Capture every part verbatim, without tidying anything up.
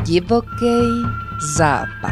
Divoký západ.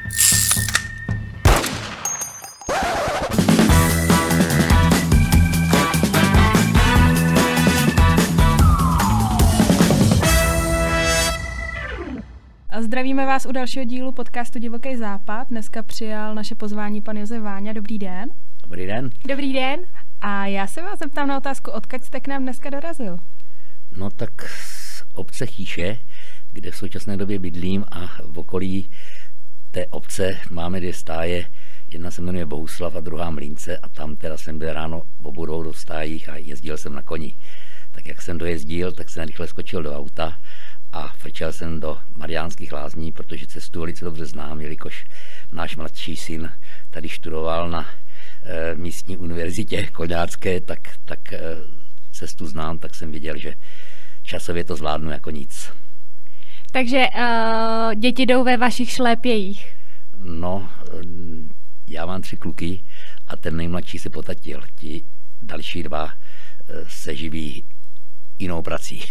A zdravíme vás u dalšího dílu podcastu Divoký západ. Dneska přijal naše pozvání pan Josef Váňa. Dobrý den. Dobrý den. Dobrý den. A já se vás zeptám na otázku, odkud jste k nám dneska dorazil? No tak z obce Chýše, kde v současné době bydlím, a v okolí té obce máme dvě stáje. Jedna se jmenuje Bohuslav a druhá Mlínce, a tam teda jsem byl ráno v obou dvou do stájích a jezdil jsem na koni. Tak jak jsem dojezdil, tak jsem rychle skočil do auta a frčel jsem do Mariánských Lázní, protože cestu velice dobře znám, jelikož náš mladší syn tady študoval na e, místní univerzitě koňácké, tak, tak e, cestu znám, tak jsem viděl, že časově to zvládnu jako nic. Takže uh, děti jdou ve vašich šlépějích? No, já mám tři kluky a ten nejmladší se potatil. Ti další dva e, se živí jinou prací.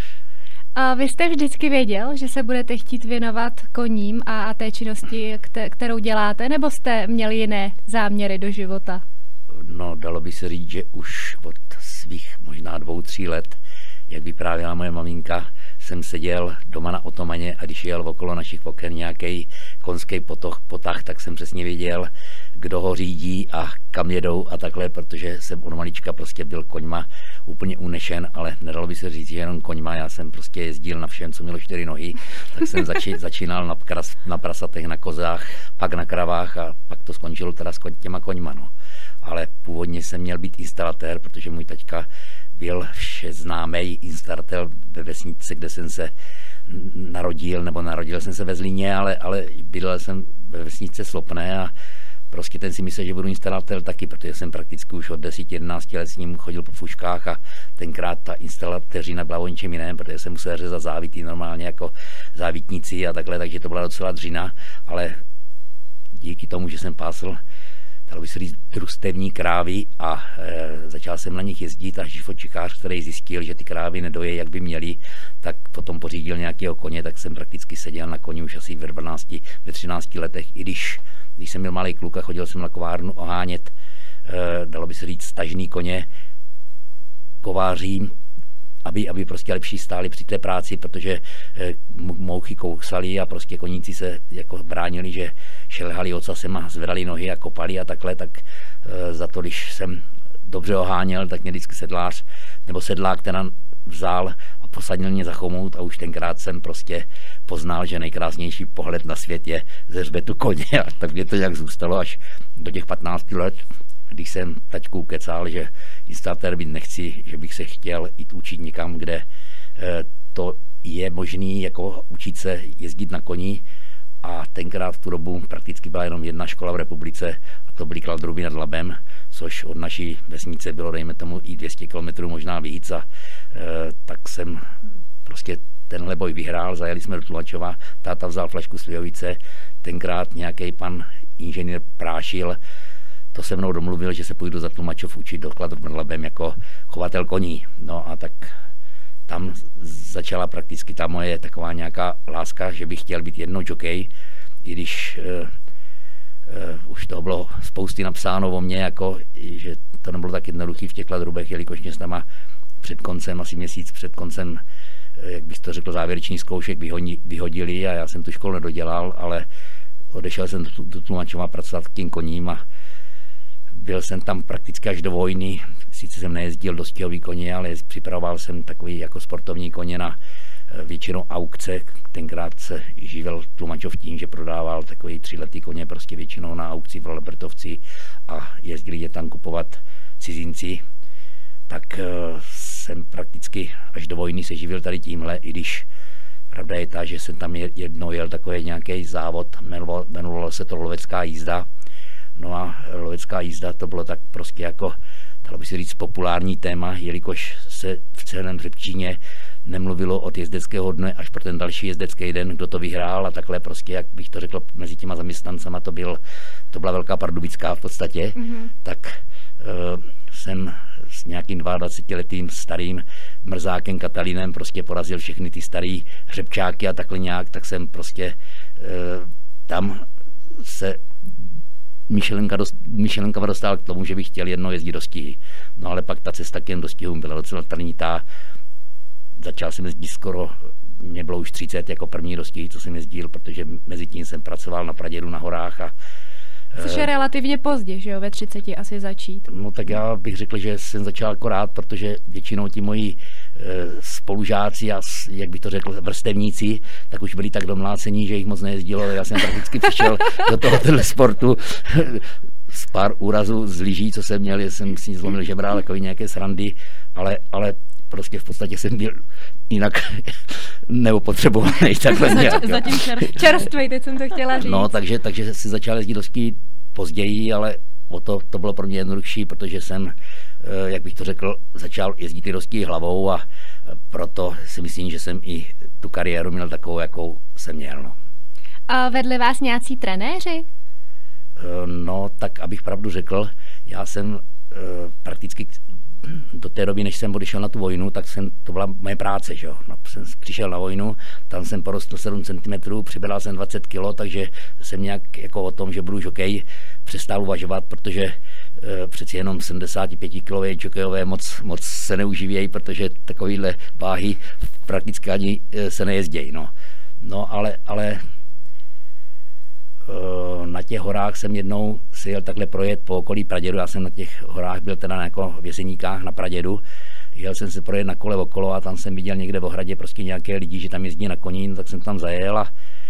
A vy jste vždycky věděl, že se budete chtít věnovat koním a, a té činnosti, kterou děláte, nebo jste měli jiné záměry do života? No, dalo by se říct, že už od svých možná dvou, tří let, jak vyprávěla moje maminka, jsem seděl doma na otomaně, a když jel okolo našich oken nějaký konský potoch, potah, tak jsem přesně věděl, kdo ho řídí a kam jedou a takhle, protože jsem od malička prostě byl koňma úplně unešen, ale nedalo by se říct, že jenom koňma, já jsem prostě jezdil na všem, co mělo čtyři nohy, tak jsem zači, začínal na, kras, na prasatech, na kozách, pak na kravách a pak to skončilo teda s těma koňma, no. Ale původně jsem měl být instalatér, protože můj taťka byl vše známý instalatér ve vesnici, kde jsem se narodil, nebo narodil jsem se ve Zlíně, ale, ale bydlel jsem ve vesnici Slopné a prostě ten si myslel, že budu instalatér taky, protože jsem prakticky už od deseti jedenácti let s ním chodil po fuškách a tenkrát ta instalatéřina byla o ničem jiném, protože jsem musel řezat závity normálně jako závitníci a takhle, takže to byla docela dřina, ale díky tomu, že jsem pásl, dalo by se říct, družstevní krávy a e, začal jsem na nich jezdit, a živočikář, který zjistil, že ty krávy nedoje, jak by měly, tak potom pořídil nějakého koně, tak jsem prakticky seděl na koni už asi ve dvanácti, ve třinácti letech, i když, když jsem byl malý kluk a chodil jsem na kovárnu ohánět, e, dalo by se říct, stažný koně kovářím, aby, aby prostě lepší stáli při té práci, protože e, mouchy kousali a prostě koníci se jako bránili, že šelhali ocasem a zvedali nohy a kopali a takhle, tak e, za to, když jsem dobře oháněl, tak mě vždycky sedlář nebo sedlák teda vzal a posadil mě za chomout, a už tenkrát jsem prostě poznal, že nejkrásnější pohled na svět je ze hřbetu koně, a tak mě to nějak zůstalo až do těch patnácti let, když jsem taťku kecal, že instalatér být nechci, že bych se chtěl jít učit někam, kde e, to je možný, jako učit se jezdit na koni. A tenkrát v tu dobu prakticky byla jenom jedna škola v republice, a to byly Kladruby nad Labem, což od naší vesnice bylo, dejme tomu, i dvě stě kilometrů, možná víc, a e, tak jsem prostě tenhle boj vyhrál, zajeli jsme do Tlumačova, táta vzal flašku slivovice, tenkrát nějaký pan inženýr Prášil to se mnou domluvil, že se půjdu za Tlumačov učit do Kladrub nad Labem jako chovatel koní. No a tak tam začala prakticky ta moje taková nějaká láska, že bych chtěl být jednou jockey, i když uh, uh, už to bylo spousty napsáno o mně, jako, že to nebylo tak jednoduchý v těch Kladrubech, jelikož mě s náma před koncem, asi měsíc před koncem, uh, jak bych to řekl, závěreční zkoušek vyhodili, a já jsem tu školu nedodělal, ale odešel jsem do, do Tlumačova pracovat k tím koním a byl jsem tam prakticky až do vojny. Sice jsem nejezdil do stěhový koně, ale připravoval jsem takový jako sportovní koně na většinou aukce. Tenkrát se živil Tlumačov tím, že prodával takový tříletý koně prostě většinou na aukci v Rolebertovci a jezdili je tam kupovat cizinci. Tak jsem prakticky až do vojny se živil tady tímhle, i když pravda je ta, že jsem tam jednou jel takový nějaký závod, jmenovalo se to lovecká jízda. No a lovecká jízda, to bylo tak prostě jako, dalo by se říct, populární téma, jelikož se v celém Řepčíně nemluvilo od jezdeckého dne až pro ten další jezdecký den, kdo to vyhrál, a takhle prostě, jak bych to řekl, mezi těma zaměstnancama to byl, to byla velká pardubická v podstatě, mm-hmm. tak uh, jsem s nějakým dvaadvacetiletým starým mrzákem Katalínem prostě porazil všechny ty starý hřebčáky a takhle nějak, tak jsem prostě e, tam se myšlenka, dost, myšlenka dostala k tomu, že bych chtěl jednou jezdit do stihy. No ale pak ta cesta k těm dostihům byla docela trnitá. Začal jsem jezdit skoro, mě bylo už třicet jako první dostihy, co jsem jezdil, protože mezi tím jsem pracoval na pradědu na horách a což je relativně pozdě, že jo, ve třiceti asi začít. No tak já bych řekl, že jsem začal akorát, protože většinou ti moji e, spolužáci a jak bych to řekl, vrstevníci, tak už byli tak domlácení, že jich moc nejezdilo. Já jsem prakticky přišel do tohoto sportu z pár úrazů z lyží, co jsem měl, jsem si zlomil žebra, takový nějaké srandy, ale, ale prostě v podstatě jsem byl jinak neopotřebovaný. Takhle nějak, zatím čerstvý. čerstvý, teď jsem to chtěla říct. No, takže, takže si začal jezdit dosti později, ale o to, to bylo pro mě jednodušší, protože jsem, jak bych to řekl, začal jezdit i dosti hlavou a proto si myslím, že jsem i tu kariéru měl takovou, jakou jsem měl. No. A vedli vás nějací trenéři? No, tak abych pravdu řekl, já jsem prakticky do té doby, než jsem odešel na tu vojnu, tak jsem, to byla moje práce, že jo. No, jsem přišel na vojnu, tam jsem porostl sedm centimetrů, přibral jsem dvacet kilo, takže jsem nějak jako o tom, že budu žokej, přestal uvažovat, protože e, přeci jenom sedmdesátipětikilové žokejové moc, moc se neuživějí, protože takovýhle váhy prakticky ani e, se nejezdějí, no. No, ale, ale na těch horách jsem jednou si jel takhle projet po okolí Pradědu, já jsem na těch horách byl teda jako v Jeseníkách na Pradědu, jel jsem se projet na kole okolo a tam jsem viděl někde v ohradě prostě nějaké lidi, že tam jezdí na koní, no, tak jsem tam zajel a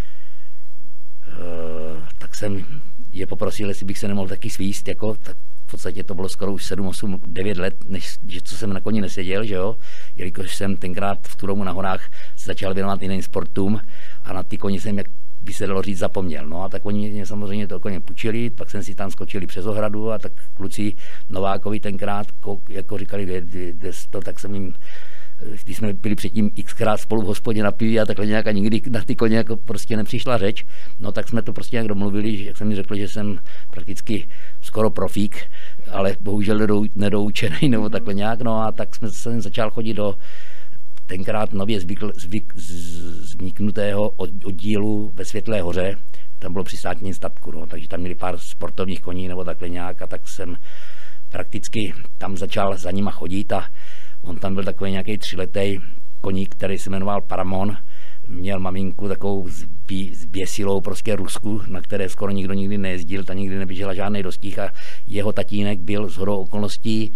uh, tak jsem je poprosil, jestli bych se nemohl taky svíst, jako, tak v podstatě to bylo skoro už sedm, osm, devět let, než že co jsem na koni neseděl, že jo, jelikož jsem tenkrát v tu dobu na horách se začal věnovat jiným sportům a na ty koni jsem jak by se dalo říct zapomněl. No a tak oni mě samozřejmě to koně půjčili, pak jsem si tam skočili přes ohradu a tak kluci Novákovi tenkrát, jako říkali, to, tak jsem jim, když jsme byli předtím xkrát spolu v hospodě na piví a takhle nějak a nikdy na ty koně jako prostě nepřišla řeč, no tak jsme to prostě nějak domluvili, jak jsem mi řekl, že jsem prakticky skoro profík, ale bohužel nedou, nedoučený nebo takhle nějak, no a tak jsme jsem začal chodit do tenkrát nově zvykl, zvyk, vzniknutého oddílu ve Světlé hoře, tam bylo při státním statku, no, takže tam měli pár sportovních koní nebo takhle nějak a tak jsem prakticky tam začal za nima chodit a on tam byl takový nějaký třiletý koník, který se jmenoval Paramon, měl maminku takovou zbí, zběsilou prostě Rusku, na které skoro nikdo nikdy nejezdil, ta nikdy neběžela žádnej dostih a jeho tatínek byl shodou okolností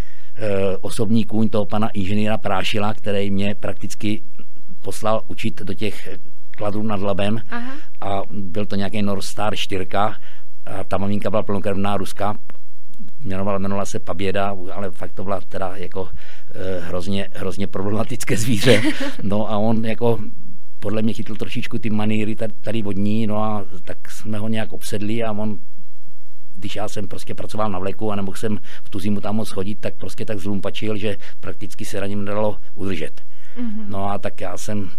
osobní kůň toho pana inženýra Prášila, který mě prakticky poslal učit do těch kladů nad Labem. Aha. A byl to nějaký North Star čtyřka a ta maminka byla plnokrevná Ruska, jmenovala, jmenovala se Paběda, ale fakt to byla teda jako eh, hrozně, hrozně problematické zvíře. No a on jako podle mě chytl trošičku ty manýry tady, tady vodní, no a tak jsme ho nějak obsedli a on, když já jsem prostě pracoval na vleku a nemohl jsem v tu zimu tam moc chodit, tak prostě tak zlumpačil, že prakticky se na něm nedalo udržet. Mm-hmm. No a tak já jsem,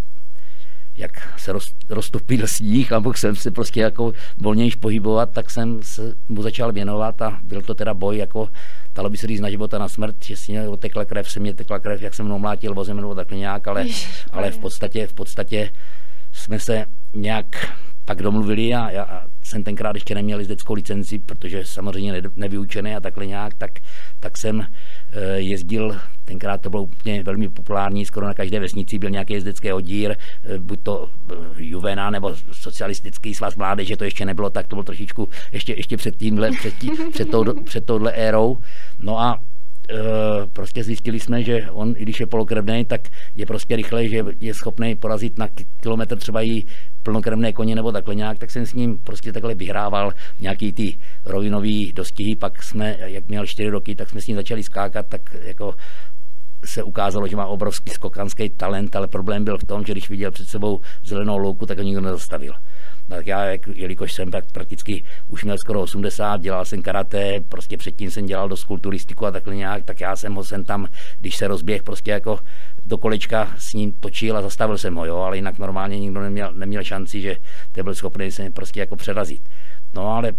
jak se roz, roztopil sníh a mohl jsem se prostě jako volnějš pohybovat, tak jsem se mu začal věnovat a byl to teda boj, jako dalo by se říct na život a na smrt, že si mě otekla krev, se mě tekla krev, jak jsem mnou mlátil vozem nebo takhle nějak, ale, ale v podstatě, v podstatě jsme se nějak pak domluvili a já jsem tenkrát ještě neměl jezdeckou licenci, protože samozřejmě ne, nevyučený a takhle nějak, tak, tak jsem e, jezdil, tenkrát to bylo úplně velmi populární, skoro na každé vesnici byl nějaký jezdecký oddíl, e, buď to e, Juvena nebo socialistický svaz mládeže, to ještě nebylo, tak to bylo trošičku ještě, ještě před tímhle, před, tí, před, tou, před touhle érou. No a e, prostě zjistili jsme, že on, i když je polokrevnej, tak je prostě rychlej, že je schopný porazit na kilometr třeba i plnokrevné koně nebo takhle nějak, tak jsem s ním prostě takhle vyhrával nějaký ty rovinový dostihy, pak jsme, jak měl čtyři roky, tak jsme s ním začali skákat, tak jako se ukázalo, že má obrovský skokanský talent, ale problém byl v tom, že když viděl před sebou zelenou louku, tak ho nikdo nezastavil. Tak já, jelikož jsem tak prakticky už měl skoro osmdesát, dělal jsem karate, prostě předtím jsem dělal dost kulturistiku a takhle nějak, tak já jsem ho sem tam, když se rozběh prostě jako do kolečka s ním točil a zastavil jsem ho, jo, ale jinak normálně nikdo neměl, neměl šanci, že to byl schopný se prostě jako přerazit. No ale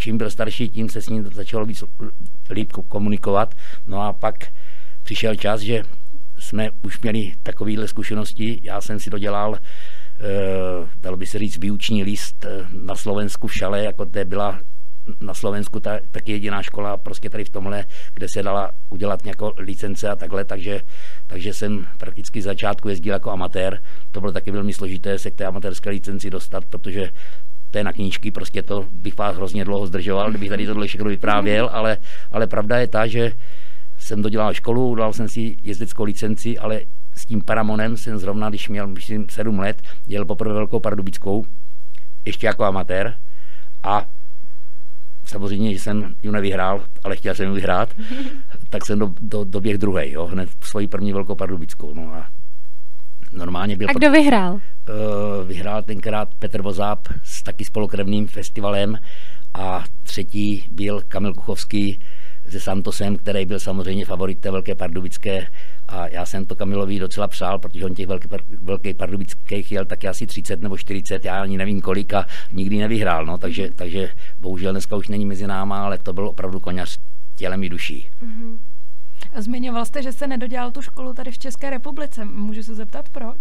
čím byl starší, tím se s ním začalo víc líp komunikovat. No a pak přišel čas, že jsme už měli takovéhle zkušenosti. Já jsem si dodělal, eh, dalo by se říct, výuční list na Slovensku v Šale, jako to byla na Slovensku ta, taky jediná škola prostě tady v tomhle, kde se dala udělat nějakou licence a takhle, takže, takže jsem prakticky z začátku jezdil jako amatér. To bylo taky velmi složité se k té amatérské licenci dostat, protože to je na knížky, prostě to bych vás hrozně dlouho zdržoval, kdybych tady tohle všechno vyprávěl, ale, ale pravda je ta, že jsem dodělal školu, udal jsem si jezdeckou licenci, ale s tím Paramonem jsem zrovna, když měl myslím sedm let, jel poprvé Velkou Pardubickou, ještě jako amatér a samozřejmě, že jsem ji nevyhrál, ale chtěl jsem ji vyhrát, tak jsem do, do, doběh druhej, jo, hned svoji první Velkou Pardubickou. No a normálně byl... A kdo vyhrál? Uh, vyhrál tenkrát Petr Vozáb s taky spolukrevným festivalem a třetí byl Kamil Kuchovský se Santosem, který byl samozřejmě favorit té Velké Pardubické a já jsem to Kamilovi docela přál, protože on těch velký, velkých pardubických jel taky asi třicet nebo čtyřicet, já ani nevím kolik a nikdy nevyhrál, no, takže, takže bohužel dneska už není mezi náma, ale to byl opravdu koňař tělem i duší. Mm-hmm. A zmiňoval jste, že jste nedodělal tu školu tady v České republice, můžu se zeptat proč?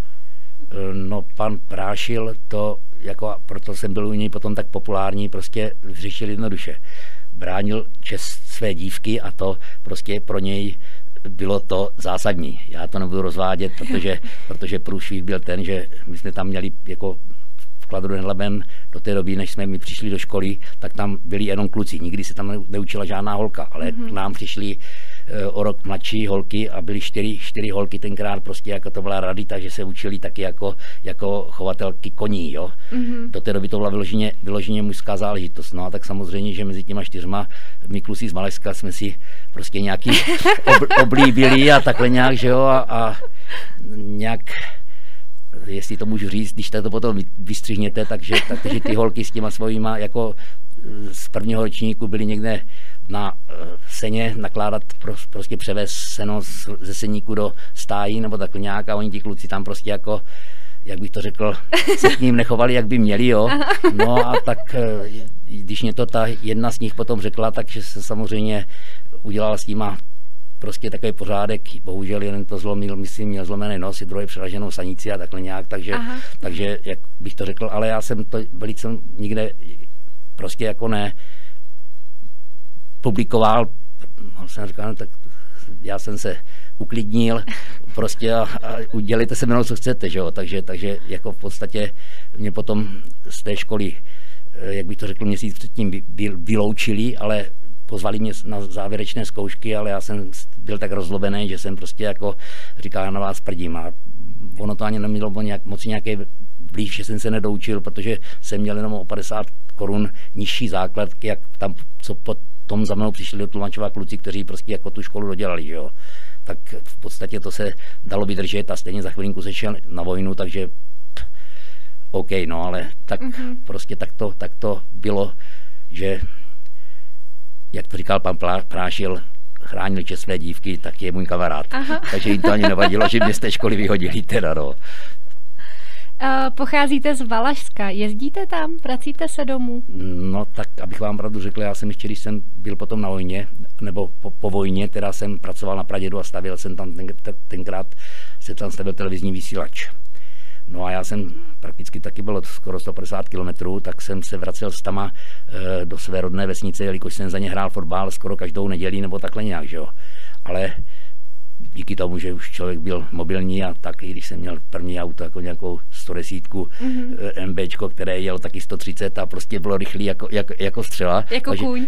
No, pan Prášil to, jako proto jsem byl u něj potom tak populární, prostě řešil jednoduše. Bránil čest své dívky a to prostě pro něj bylo to zásadní. Já to nebudu rozvádět, protože, protože průšvih byl ten, že my jsme tam měli jako v Kladru nad Labem do té doby, než jsme my přišli do školy, tak tam byli jenom kluci. Nikdy se tam neučila žádná holka, ale mm-hmm. k nám přišli o rok mladší holky a byly čtyři, čtyři holky tenkrát prostě jako to byla radita, že se učili taky jako, jako chovatelky koní, jo. Mm-hmm. Do té doby to byla vyloženě, vyloženě mužská záležitost. No a tak samozřejmě, že mezi těma čtyřma my kluci z Malešska jsme si prostě nějaký ob, oblíbili a takhle nějak, že jo, a, a nějak, jestli to můžu říct, když to potom vystřihněte, takže, takže ty holky s těma svojima jako z prvního ročníku byly někde na seně nakládat, prostě převést seno ze seníku do stájí nebo takhle nějak a oni ti kluci tam prostě jako, jak bych to řekl, se k ním nechovali, jak by měli, jo. No a tak, když mě to ta jedna z nich potom řekla, takže se samozřejmě udělala s tíma prostě takový pořádek, bohužel jeden to zlomil, myslím, měl zlomený nos, i druhý přeraženou sanici a takhle nějak, takže, takže jak bych to řekl, ale já jsem to velice nikde prostě jako ne publikoval, jsem říkal, no, tak já jsem se uklidnil prostě a, a udělejte se mnou, co chcete, že jo, takže, takže jako v podstatě mě potom z té školy, jak bych to řekl, měsíc předtím vy, vy, vyloučili, ale pozvali mě na závěrečné zkoušky, ale já jsem byl tak rozlobený, že jsem prostě jako říkal, já na vás prdím a ono to ani nemělo nějak, moc nějaký vliv, že jsem se nedoučil, protože jsem měl jenom o padesát korun nižší základ, jak tam, co potom za mnou přišli do tlumačová kluci, kteří prostě jako tu školu dodělali, že jo. Tak v podstatě to se dalo vydržet a stejně za chvilinku se šel na vojnu, takže OK, no, ale tak mm-hmm. prostě tak to, tak to bylo, že jak to říkal pan Prášil, chránil čest své dívky, tak je můj kamarád. Aha. Takže jim to ani nevadilo, že mě z té školy vyhodili teda, no. Uh, pocházíte z Valašska, jezdíte tam, vracíte se domů? No tak, abych vám pravdu řekl, já jsem ještě, když jsem byl potom na vojně, nebo po, po vojně, teda jsem pracoval na Pradědu a stavěl jsem tam, ten, tenkrát se tam stavil televizní vysílač. No a já jsem prakticky taky byl skoro sto padesát kilometrů, tak jsem se vracel s tama e, do své rodné vesnice, jelikož jsem za ně hrál fotbal skoro každou neděli nebo takhle nějak, že jo. Ale díky tomu, že už člověk byl mobilní a tak, i když jsem měl první auto, jako nějakou sto deset mm-hmm. MBčko, které jelo taky sto třicet a prostě bylo rychlý jako, jako, jako střela. Jako takže, kůň.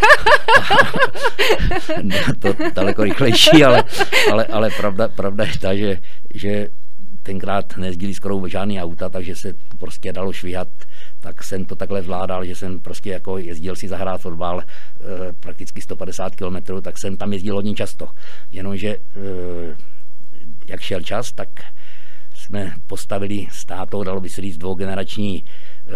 No, to daleko rychlejší, ale, ale, ale pravda, pravda je ta, že, že tenkrát nejezdili skoro žádný auta, takže se to prostě dalo švihat, tak jsem to takhle zvládal, že jsem prostě jako jezdil si zahrát fotbal e, prakticky sto padesát kilometrů, tak jsem tam jezdil hodně často. Jenomže e, jak šel čas, tak jsme postavili s tátou, dalo by se říct, dvougenerační e,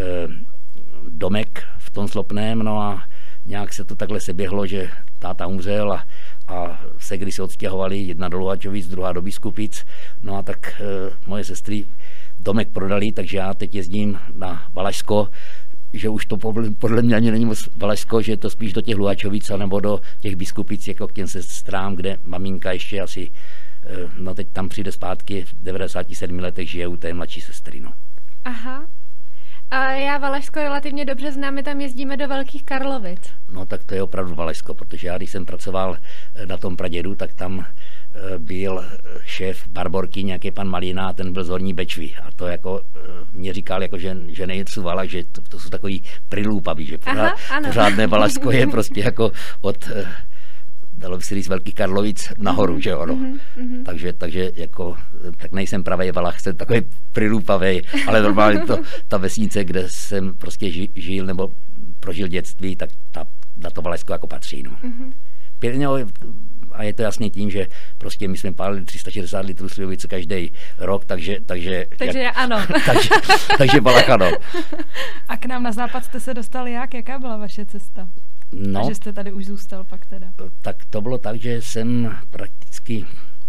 domek v tom Slopném, no a nějak se to takhle seběhlo, že táta umřel a a segry se odstěhovali, jedna do Luhačovic, druhá do Biskupic, no a tak e, moje sestry domek prodali, takže já teď jezdím na Valašsko že už to podle mě ani není moc Valašsko, že je to spíš do těch Luhačovic nebo do těch Biskupic, jako k těm sestrám, kde maminka ještě asi, no teď tam přijde zpátky, v devadesáti sedmi letech žije u té mladší sestry, no. Aha. A já Valašsko relativně dobře znám, my tam jezdíme do Velkých Karlovic. No tak to je opravdu Valašsko, protože já když jsem pracoval na tom pradědu, tak tam byl šéf Barborky, nějaký pan Malina, a ten byl z Horní Bečvy. A to jako mě říkal, jako, že, že nejdu Valach, že to, to jsou takový prilůpaví, že pořád, pořádné Valašsko je prostě jako od, dalo by se říct, Velkých Karlovic nahoru, mm-hmm. že ono. Mm-hmm. Takže, takže jako, tak nejsem pravej Valach, jsem takový prilůpavej, ale normálně to, ta vesnice, kde jsem prostě žil nebo prožil dětství, tak ta, na to Valašsko jako patří, no. Mm-hmm. A je to jasně tím, že prostě my jsme pálili tři sta šedesát litrů slivovice každý rok, takže... Takže, takže jak, ano. takže, takže Valach ano. A k nám na západ jste se dostali jak? Jaká byla vaše cesta? No, a že jste tady už zůstal pak teda? Tak to bylo tak, že jsem prakticky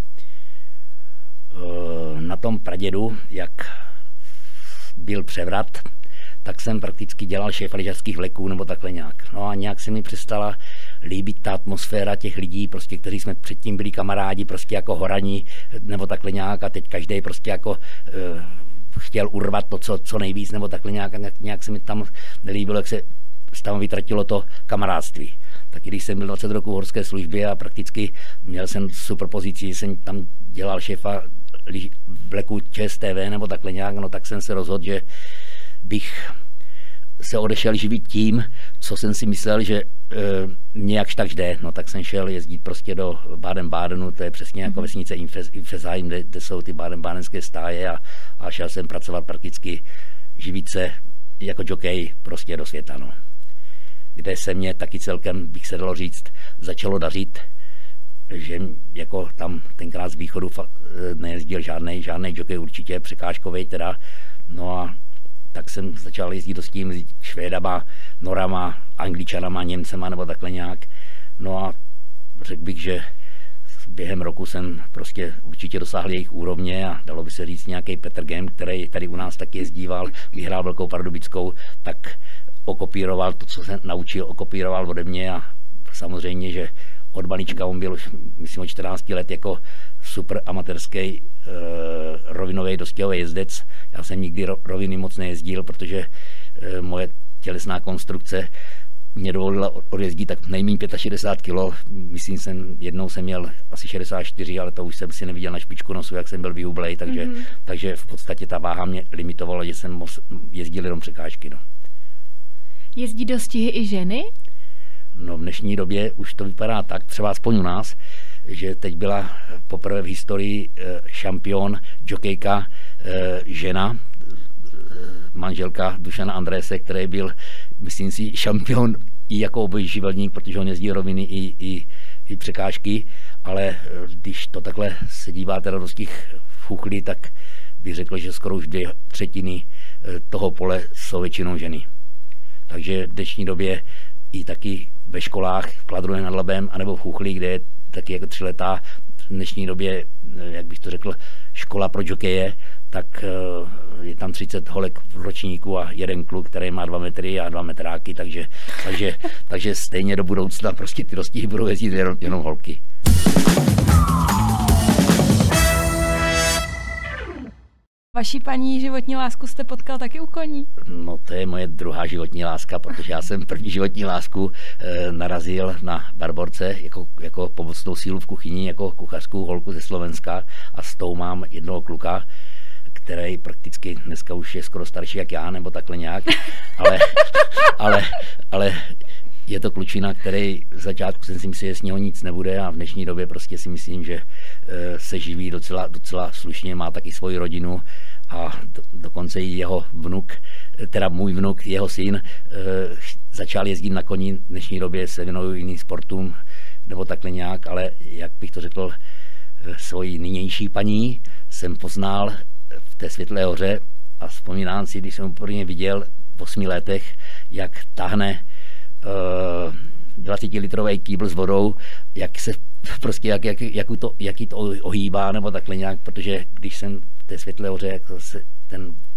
uh, na tom pradědu, jak byl převrat, tak jsem prakticky dělal šéfa lyžařských vleků nebo takhle nějak. No a nějak se mi přestala líbit ta atmosféra těch lidí, prostě, kteří jsme předtím byli kamarádi, prostě jako horaní nebo takhle nějak a teď každý prostě jako uh, chtěl urvat to, co, co nejvíc nebo takhle nějak a nějak, nějak se mi tam nelíbilo, jak se tam vytratilo to kamarádství. Tak když jsem byl dvacet roků v horské službě a prakticky měl jsem super pozici, jsem tam dělal šéfa vleku ČSTV nebo takhle nějak, no tak jsem se rozhodl, že bych se odešel živit tím, co jsem si myslel, že e, mě jakž tak jde. No tak jsem šel jezdit prostě do Baden-Badenu, to je přesně jako vesnice Infesheim, kde, kde jsou ty baden-badenské stáje a, a šel jsem pracovat prakticky živit se jako jockey prostě do světa, no. Kde se mě taky celkem, bych se dalo říct, začalo dařit, že jako tam tenkrát z východu nejezdil žádnej, žádnej jockey určitě, překážkovej teda, no a tak jsem začal jezdit s tím Švédama, Norama, Angličanama, Němcema nebo takhle nějak. No a řekl bych, že během roku jsem prostě určitě dosáhl jejich úrovně a dalo by se říct nějaký Petr Gem, který tady u nás taky jezdíval, vyhrál Velkou Pardubickou, tak okopíroval to, co se naučil, okopíroval ode mě a samozřejmě, že od malička on byl, myslím, od čtrnácti let jako super amatérský e, rovinový dostihový jezdec. Já jsem nikdy ro, roviny moc nejezdil, protože e, moje tělesná konstrukce mě dovolila odjezdit tak nejméně šedesát pět kilo. Myslím, jsem jednou jsem měl asi šedesát čtyři, ale to už jsem si neviděl na špičku nosu, jak jsem byl vyhublej, takže, mm-hmm. takže v podstatě ta váha mě limitovala, že jsem jezdil jenom překážky. No. Jezdí dostihy i ženy? No v dnešní době už to vypadá tak, třeba aspoň u nás, že teď byla poprvé v historii e, šampion, jokejka, e, žena, e, manželka Dušana Andrése, který byl, myslím si, šampion i jako obojživelník, protože on jezdí roviny i, i, i překážky, ale e, když to takhle se díváte do těch fuchlí, tak bych řekl, že skoro už dvě třetiny e, toho pole jsou většinou ženy. Takže v dnešní době i taky ve školách v Kladruhe nad Labem anebo v Chuchlí, kde je taky jako třiletá v dnešní době, jak bych to řekl, škola pro jokeje, tak je tam třicet holek v ročníku a jeden kluk, který má dva metry a dva metráky, takže, takže, takže stejně do budoucna prostě ty dostihy budou jezdit jenom, jenom holky. Vaší paní životní lásku jste potkal taky u koní? No to je moje druhá životní láska, protože já jsem první životní lásku e, narazil na Barborce jako, jako pomocnou sílu v kuchyni, jako kuchařskou holku ze Slovenska a s tou mám jednoho kluka, který prakticky dneska už je skoro starší jak já, nebo takhle nějak, ale, ale, ale je to klučina, který v začátku jsem si myslel, že s něho nic nebude a v dnešní době prostě si myslím, že e, se živí docela, docela slušně, má taky svoji rodinu a do, dokonce i jeho vnuk, teda můj vnuk, jeho syn, e, začal jezdit na koni, v dnešní době se věnují jiným sportům nebo takhle nějak, ale jak bych to řekl, e, svoji nynější paní jsem poznal v té Světlé hoře a vzpomínám si, když jsem ho prvně viděl v osmi letech, jak tahne dvacetilitrový kýbl s vodou, jak se prostě, jak, jak, jak, to, jaký to ohýbá, nebo takhle nějak, protože když jsem v té Světlé hoře, jak se ten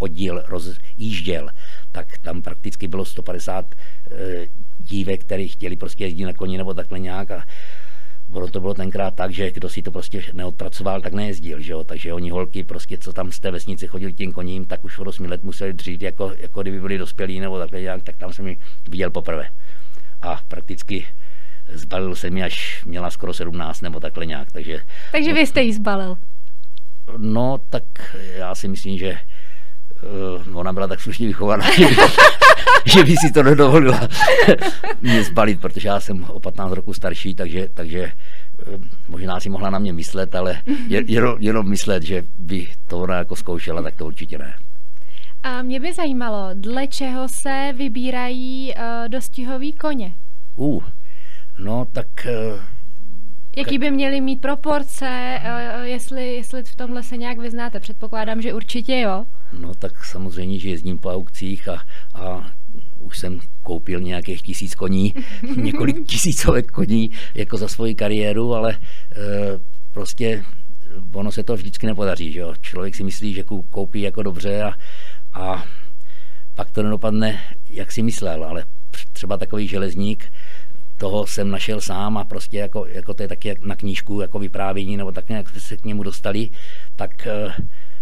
oddíl rozjížděl, tak tam prakticky bylo sto padesát e, dívek, který chtěli prostě jezdit na koni nebo takhle nějak a ono to bylo tenkrát tak, že kdo si to prostě neodpracoval, tak nejezdil, že jo? Takže oni holky prostě, co tam z té vesnice chodili tím koním, tak už od osmi let museli dřít, jako, jako kdyby byli dospělí nebo takhle nějak, tak tam jsem ji viděl poprvé. A prakticky zbalil jsem ji, až měla skoro sedmnáct nebo takhle nějak, takže... Takže no, vy jste ji zbalil? No, tak já si myslím, že uh, ona byla tak slušně vychovaná, že by, že by si to nedovolila mě zbalit, protože já jsem o patnáct roku starší, takže, takže uh, možná si mohla na mě myslet, ale je, jenom, jenom myslet, že by to ona jako zkoušela, tak to určitě ne. A mě by zajímalo, dle čeho se vybírají uh, dostihový koně? Uh, no tak... Uh, Jaký by měly mít proporce, uh, jestli, jestli v tomhle se nějak vyznáte? Předpokládám, že určitě jo. No tak samozřejmě, že jezdím po aukcích a, a už jsem koupil nějakých tisíc koní, několik tisícovek koní jako za svoji kariéru, ale e, prostě ono se to vždycky nepodaří, že jo. Člověk si myslí, že koupí jako dobře a, a pak to nedopadne, jak si myslel, ale třeba takový železník, toho jsem našel sám a prostě jako, jako to je taky na knížku, jako vyprávění, nebo tak nějak se k němu dostali, tak e,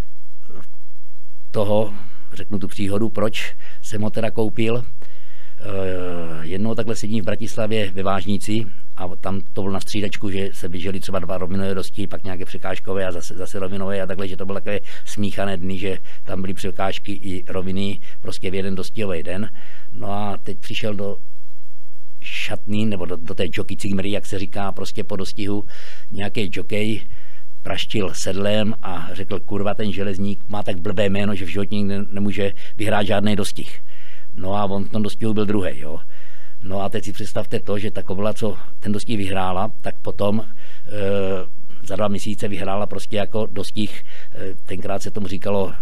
toho, řeknu tu příhodu, proč jsem ho teda koupil. E, jednou takhle sedím v Bratislavě ve Vážnici a tam to bylo na střídačku, že se běžely třeba dva rovinové dosti, pak nějaké překážkové a zase, zase rovinové a takhle, že to bylo takové smíchané dny, že tam byly překážky i roviny prostě v jeden dostihový den. No a teď přišel do šatný, nebo do, do té jockey cimry, jak se říká, prostě po dostihu nějaký jockey praštil sedlem a řekl, kurva, ten železník má tak blbé jméno, že v životě nikdy nemůže vyhrát žádný dostih. No a on v tom dostihu byl druhý, jo. No a teď si představte to, že ta kobyla, co ten dostih vyhrála, tak potom e, za dva měsíce vyhrála prostě jako dostih, e, tenkrát se tomu říkalo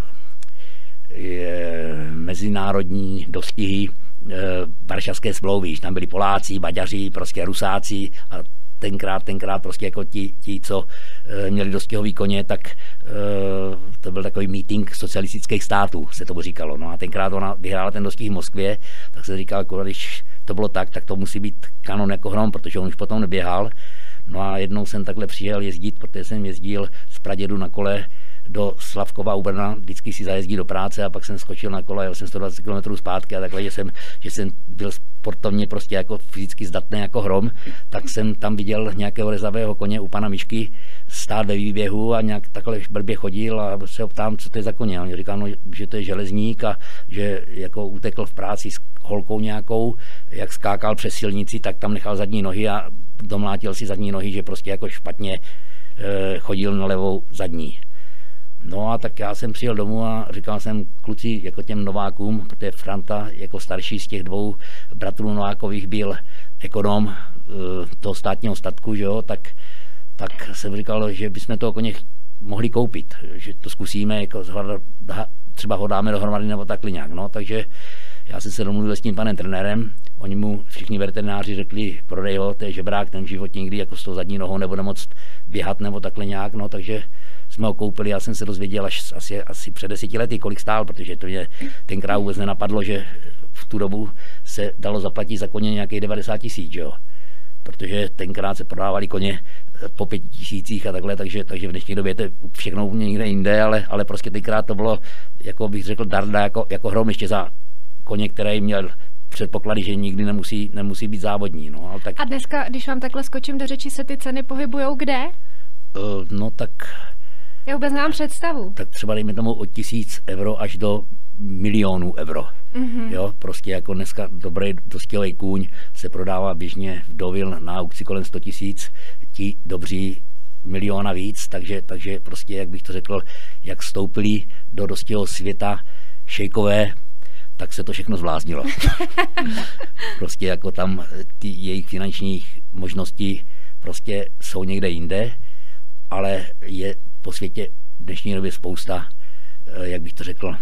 e, mezinárodní dostihy e, Varšavské smlouvy, tam byli Poláci, Maďaři, prostě Rusáci a tenkrát, tenkrát prostě jako ti, ti co e, měli dostihový koně, tak e, to byl takový meeting socialistických států, se tomu říkalo. No a tenkrát ona vyhrála ten dostih v Moskvě, tak se říkal, když to bylo tak, tak to musí být kanon jako hrom, protože on už potom neběhal. No a jednou jsem takhle přijel jezdit, protože jsem jezdil z pradědu na kole do Slavkova u Brna, vždycky si zajezdí do práce a pak jsem skočil na kole, jel jsem sto dvacet kilometrů zpátky a takhle, že jsem, že jsem byl sportovně prostě jako fyzicky zdatný jako hrom, tak jsem tam viděl nějakého rezavého koně u pana Mišky stát ve výběhu a nějak takhle blbě chodil a se ho ptám, co to je za koně. A on říkal, no, že to je železník a že jako utekl v práci s holkou nějakou, jak skákal přes silnici, tak tam nechal zadní nohy a domlátil si zadní nohy, že prostě jako špatně e, chodil na levou zadní. No a tak já jsem přijel domů a říkal jsem kluci jako těm Novákům, protože Franta jako starší z těch dvou bratrů Novákových byl ekonom e, toho státního statku, že jo, tak, tak jsem říkal, že bychom toho koně mohli koupit, že to zkusíme, jako třeba ho dáme dohromady nebo takhle nějak, no, takže já jsem se domluvil s tím panem trenérem, oni mu všichni veterináři řekli, prodej ho, to je žebrák, ten v životě nikdy jako s tou zadní nohou nebude moct běhat nebo takhle nějak, no, takže jsme ho koupili, já jsem se dozvěděl až asi, asi před deseti lety, kolik stál, protože to mě tenkrát vůbec nenapadlo, že v tu dobu se dalo zaplatit za koně nějakých devadesát tisíc, jo. Protože tenkrát se prodávali koně po pěti tisících a takhle, takže, takže v dnešní době to je všechno úplně někde jinde, ale, ale prostě tenkrát to bylo, jako bych řekl, darda jako, jako hrom ještě za koně, který měl předpoklady, že nikdy nemusí, nemusí být závodní. No, ale tak... A dneska, když vám takhle skočím do řeči, se ty ceny pohybujou kde? Uh, no tak... Já vůbec nemám představu. Tak třeba dejme tomu od tisíc euro až do milionů euro. Mm-hmm. Jo, prostě jako dneska dobrý dostihový kůň se prodává běžně v Deauville na aukci kolem sto tisíc, ti dobří miliona víc, takže, takže prostě, jak bych to řekl, jak vstoupili do dostihového světa šejkové, tak se to všechno zvláznilo. Prostě jako tam ty jejich finanční možnosti prostě jsou někde jinde, ale je po světě v dnešní době spousta, jak bych to řekl,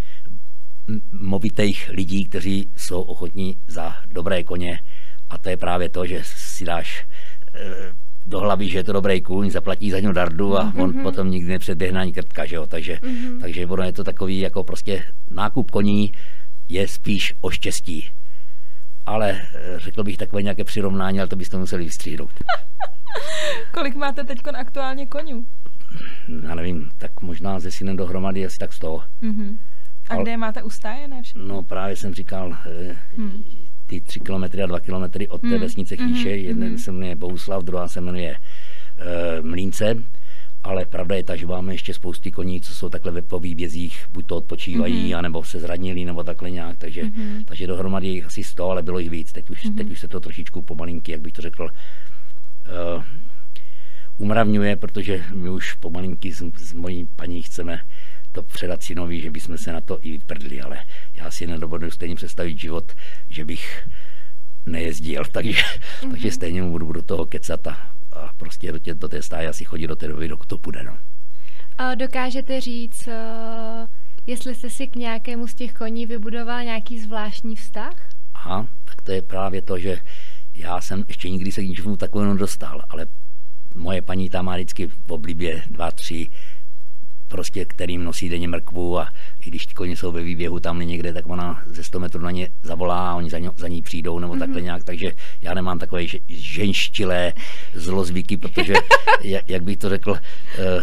movitých lidí, kteří jsou ochotní za dobré koně, a to je právě to, že si dáš do hlavy, že je to dobrý kůň, zaplatí za něj dardu a on mm-hmm. potom nikdy nepředběhne ani krtka, že jo, takže, mm-hmm. takže ono je to takový jako prostě nákup koní je spíš o štěstí. Ale řekl bych takové nějaké přirovnání, ale to byste museli vystříhnout. Kolik máte teď aktuálně koňů? Já nevím, tak možná ze synem dohromady asi tak sto. Mm-hmm. A ale, kde je máte ustájené všechno? No právě jsem říkal, hmm. ty tři kilometry a dva kilometry od té hmm. vesnice Chýše, mm-hmm. jeden se jmenuje Bohuslav, druhá se jmenuje e, Mlínce, ale pravda je ta, že máme ještě spousty koní, co jsou takhle po výbězích, buď to odpočívají, mm-hmm. anebo se zranili, nebo takhle nějak, takže, mm-hmm. takže dohromady je jich asi sto, ale bylo jich víc, teď už, mm-hmm. teď už se to trošičku pomalinky, jak bych to řekl, uh, umravňuje, protože my už pomalinky s, s mojí paní chceme to předat synovi, že bychom se na to i vyprdli, ale já si nedovedu stejně představit život, že bych nejezdil, takže, mm-hmm. takže stejně mu budu, budu do toho kecat a, a prostě do, tě, do té stáje asi chodit do té doby, dokud to půjde. No. A dokážete říct, uh, jestli jste si k nějakému z těch koní vybudoval nějaký zvláštní vztah? Aha, tak to je právě to, že já jsem ještě nikdy se k ničemu takovému dostal, ale moje paní tam má vždycky v oblibě dva, tři, prostě kterým nosí denně mrkvu a i když ty koně jsou ve výběhu tam někde, tak ona ze sto metrů na ně zavolá a oni za, ně, za ní přijdou nebo mm-hmm. takhle nějak, takže já nemám takové ženštilé zlozvyky, protože jak, jak bych to řekl, eh,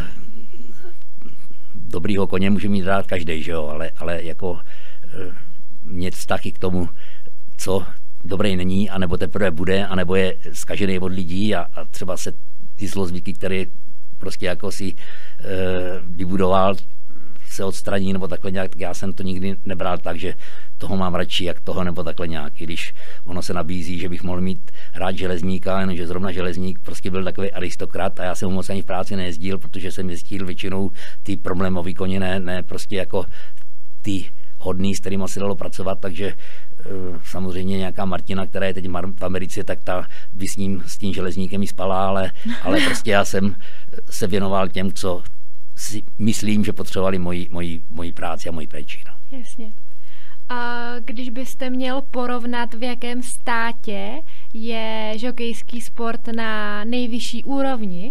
dobrýho koně může mít rád každej, že jo, ale, ale jako eh, mít vztahy k tomu, co dobrý není, anebo teprve bude, anebo je zkažený od lidí a, a třeba se ty zlozvyky, které prostě jako si e, vybudoval, se odstraní nebo takhle nějak, tak já jsem to nikdy nebral tak, že toho mám radši jak toho nebo takhle nějak, i když ono se nabízí, že bych mohl mít rád železníka, jenomže zrovna železník prostě byl takový aristokrat a já jsem moc ani v práci nejezdil, protože jsem jezdil většinou ty problémový koně, ne, ne prostě jako ty hodný, s kterýma se dalo pracovat, takže e, samozřejmě nějaká Martina, která je teď v Americe, tak ta by s ním, s tím železníkem jí spala, ale, ale prostě já jsem se věnoval těm, co si myslím, že potřebovali moji, moji, moji práci a moji péči. No. Jasně. A když byste měl porovnat, v jakém státě je žokejský sport na nejvyšší úrovni?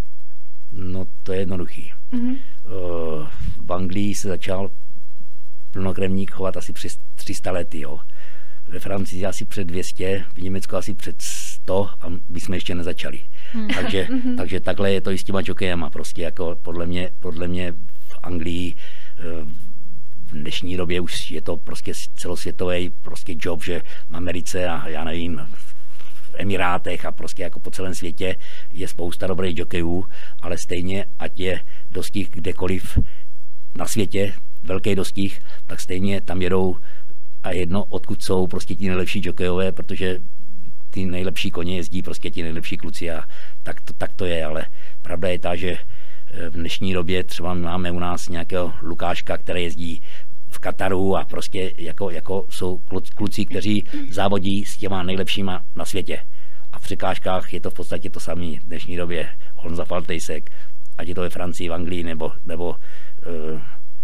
No to je jednoduchý. Mm-hmm. Uh, v Anglii se začal plnokrevník chovat asi přes tři sta lety, jo. Ve Francii asi před dvě stě, v Německu asi před sto a my jsme ještě nezačali. Hmm. Takže, takže takhle je to i s těma jokejema, prostě jako podle mě, podle mě v Anglii v dnešní době už je to prostě celosvětový prostě job, že v Americe a já nevím, v Emirátech a prostě jako po celém světě je spousta dobrých jokejů, ale stejně, ať je dostih kdekoliv na světě, velký dostih, tak stejně tam jedou a jedno, odkud jsou prostě ti nejlepší jokejové, protože ty nejlepší koně jezdí prostě ti nejlepší kluci a tak to, tak to je, ale pravda je ta, že v dnešní době třeba máme u nás nějakého Lukáška, který jezdí v Kataru a prostě jako, jako jsou kluci, kteří závodí s těma nejlepšíma na světě. A v překážkách je to v podstatě to samé v dnešní době. Honza Faltejsek, ať je to ve Francii, v Anglii, nebo, nebo uh,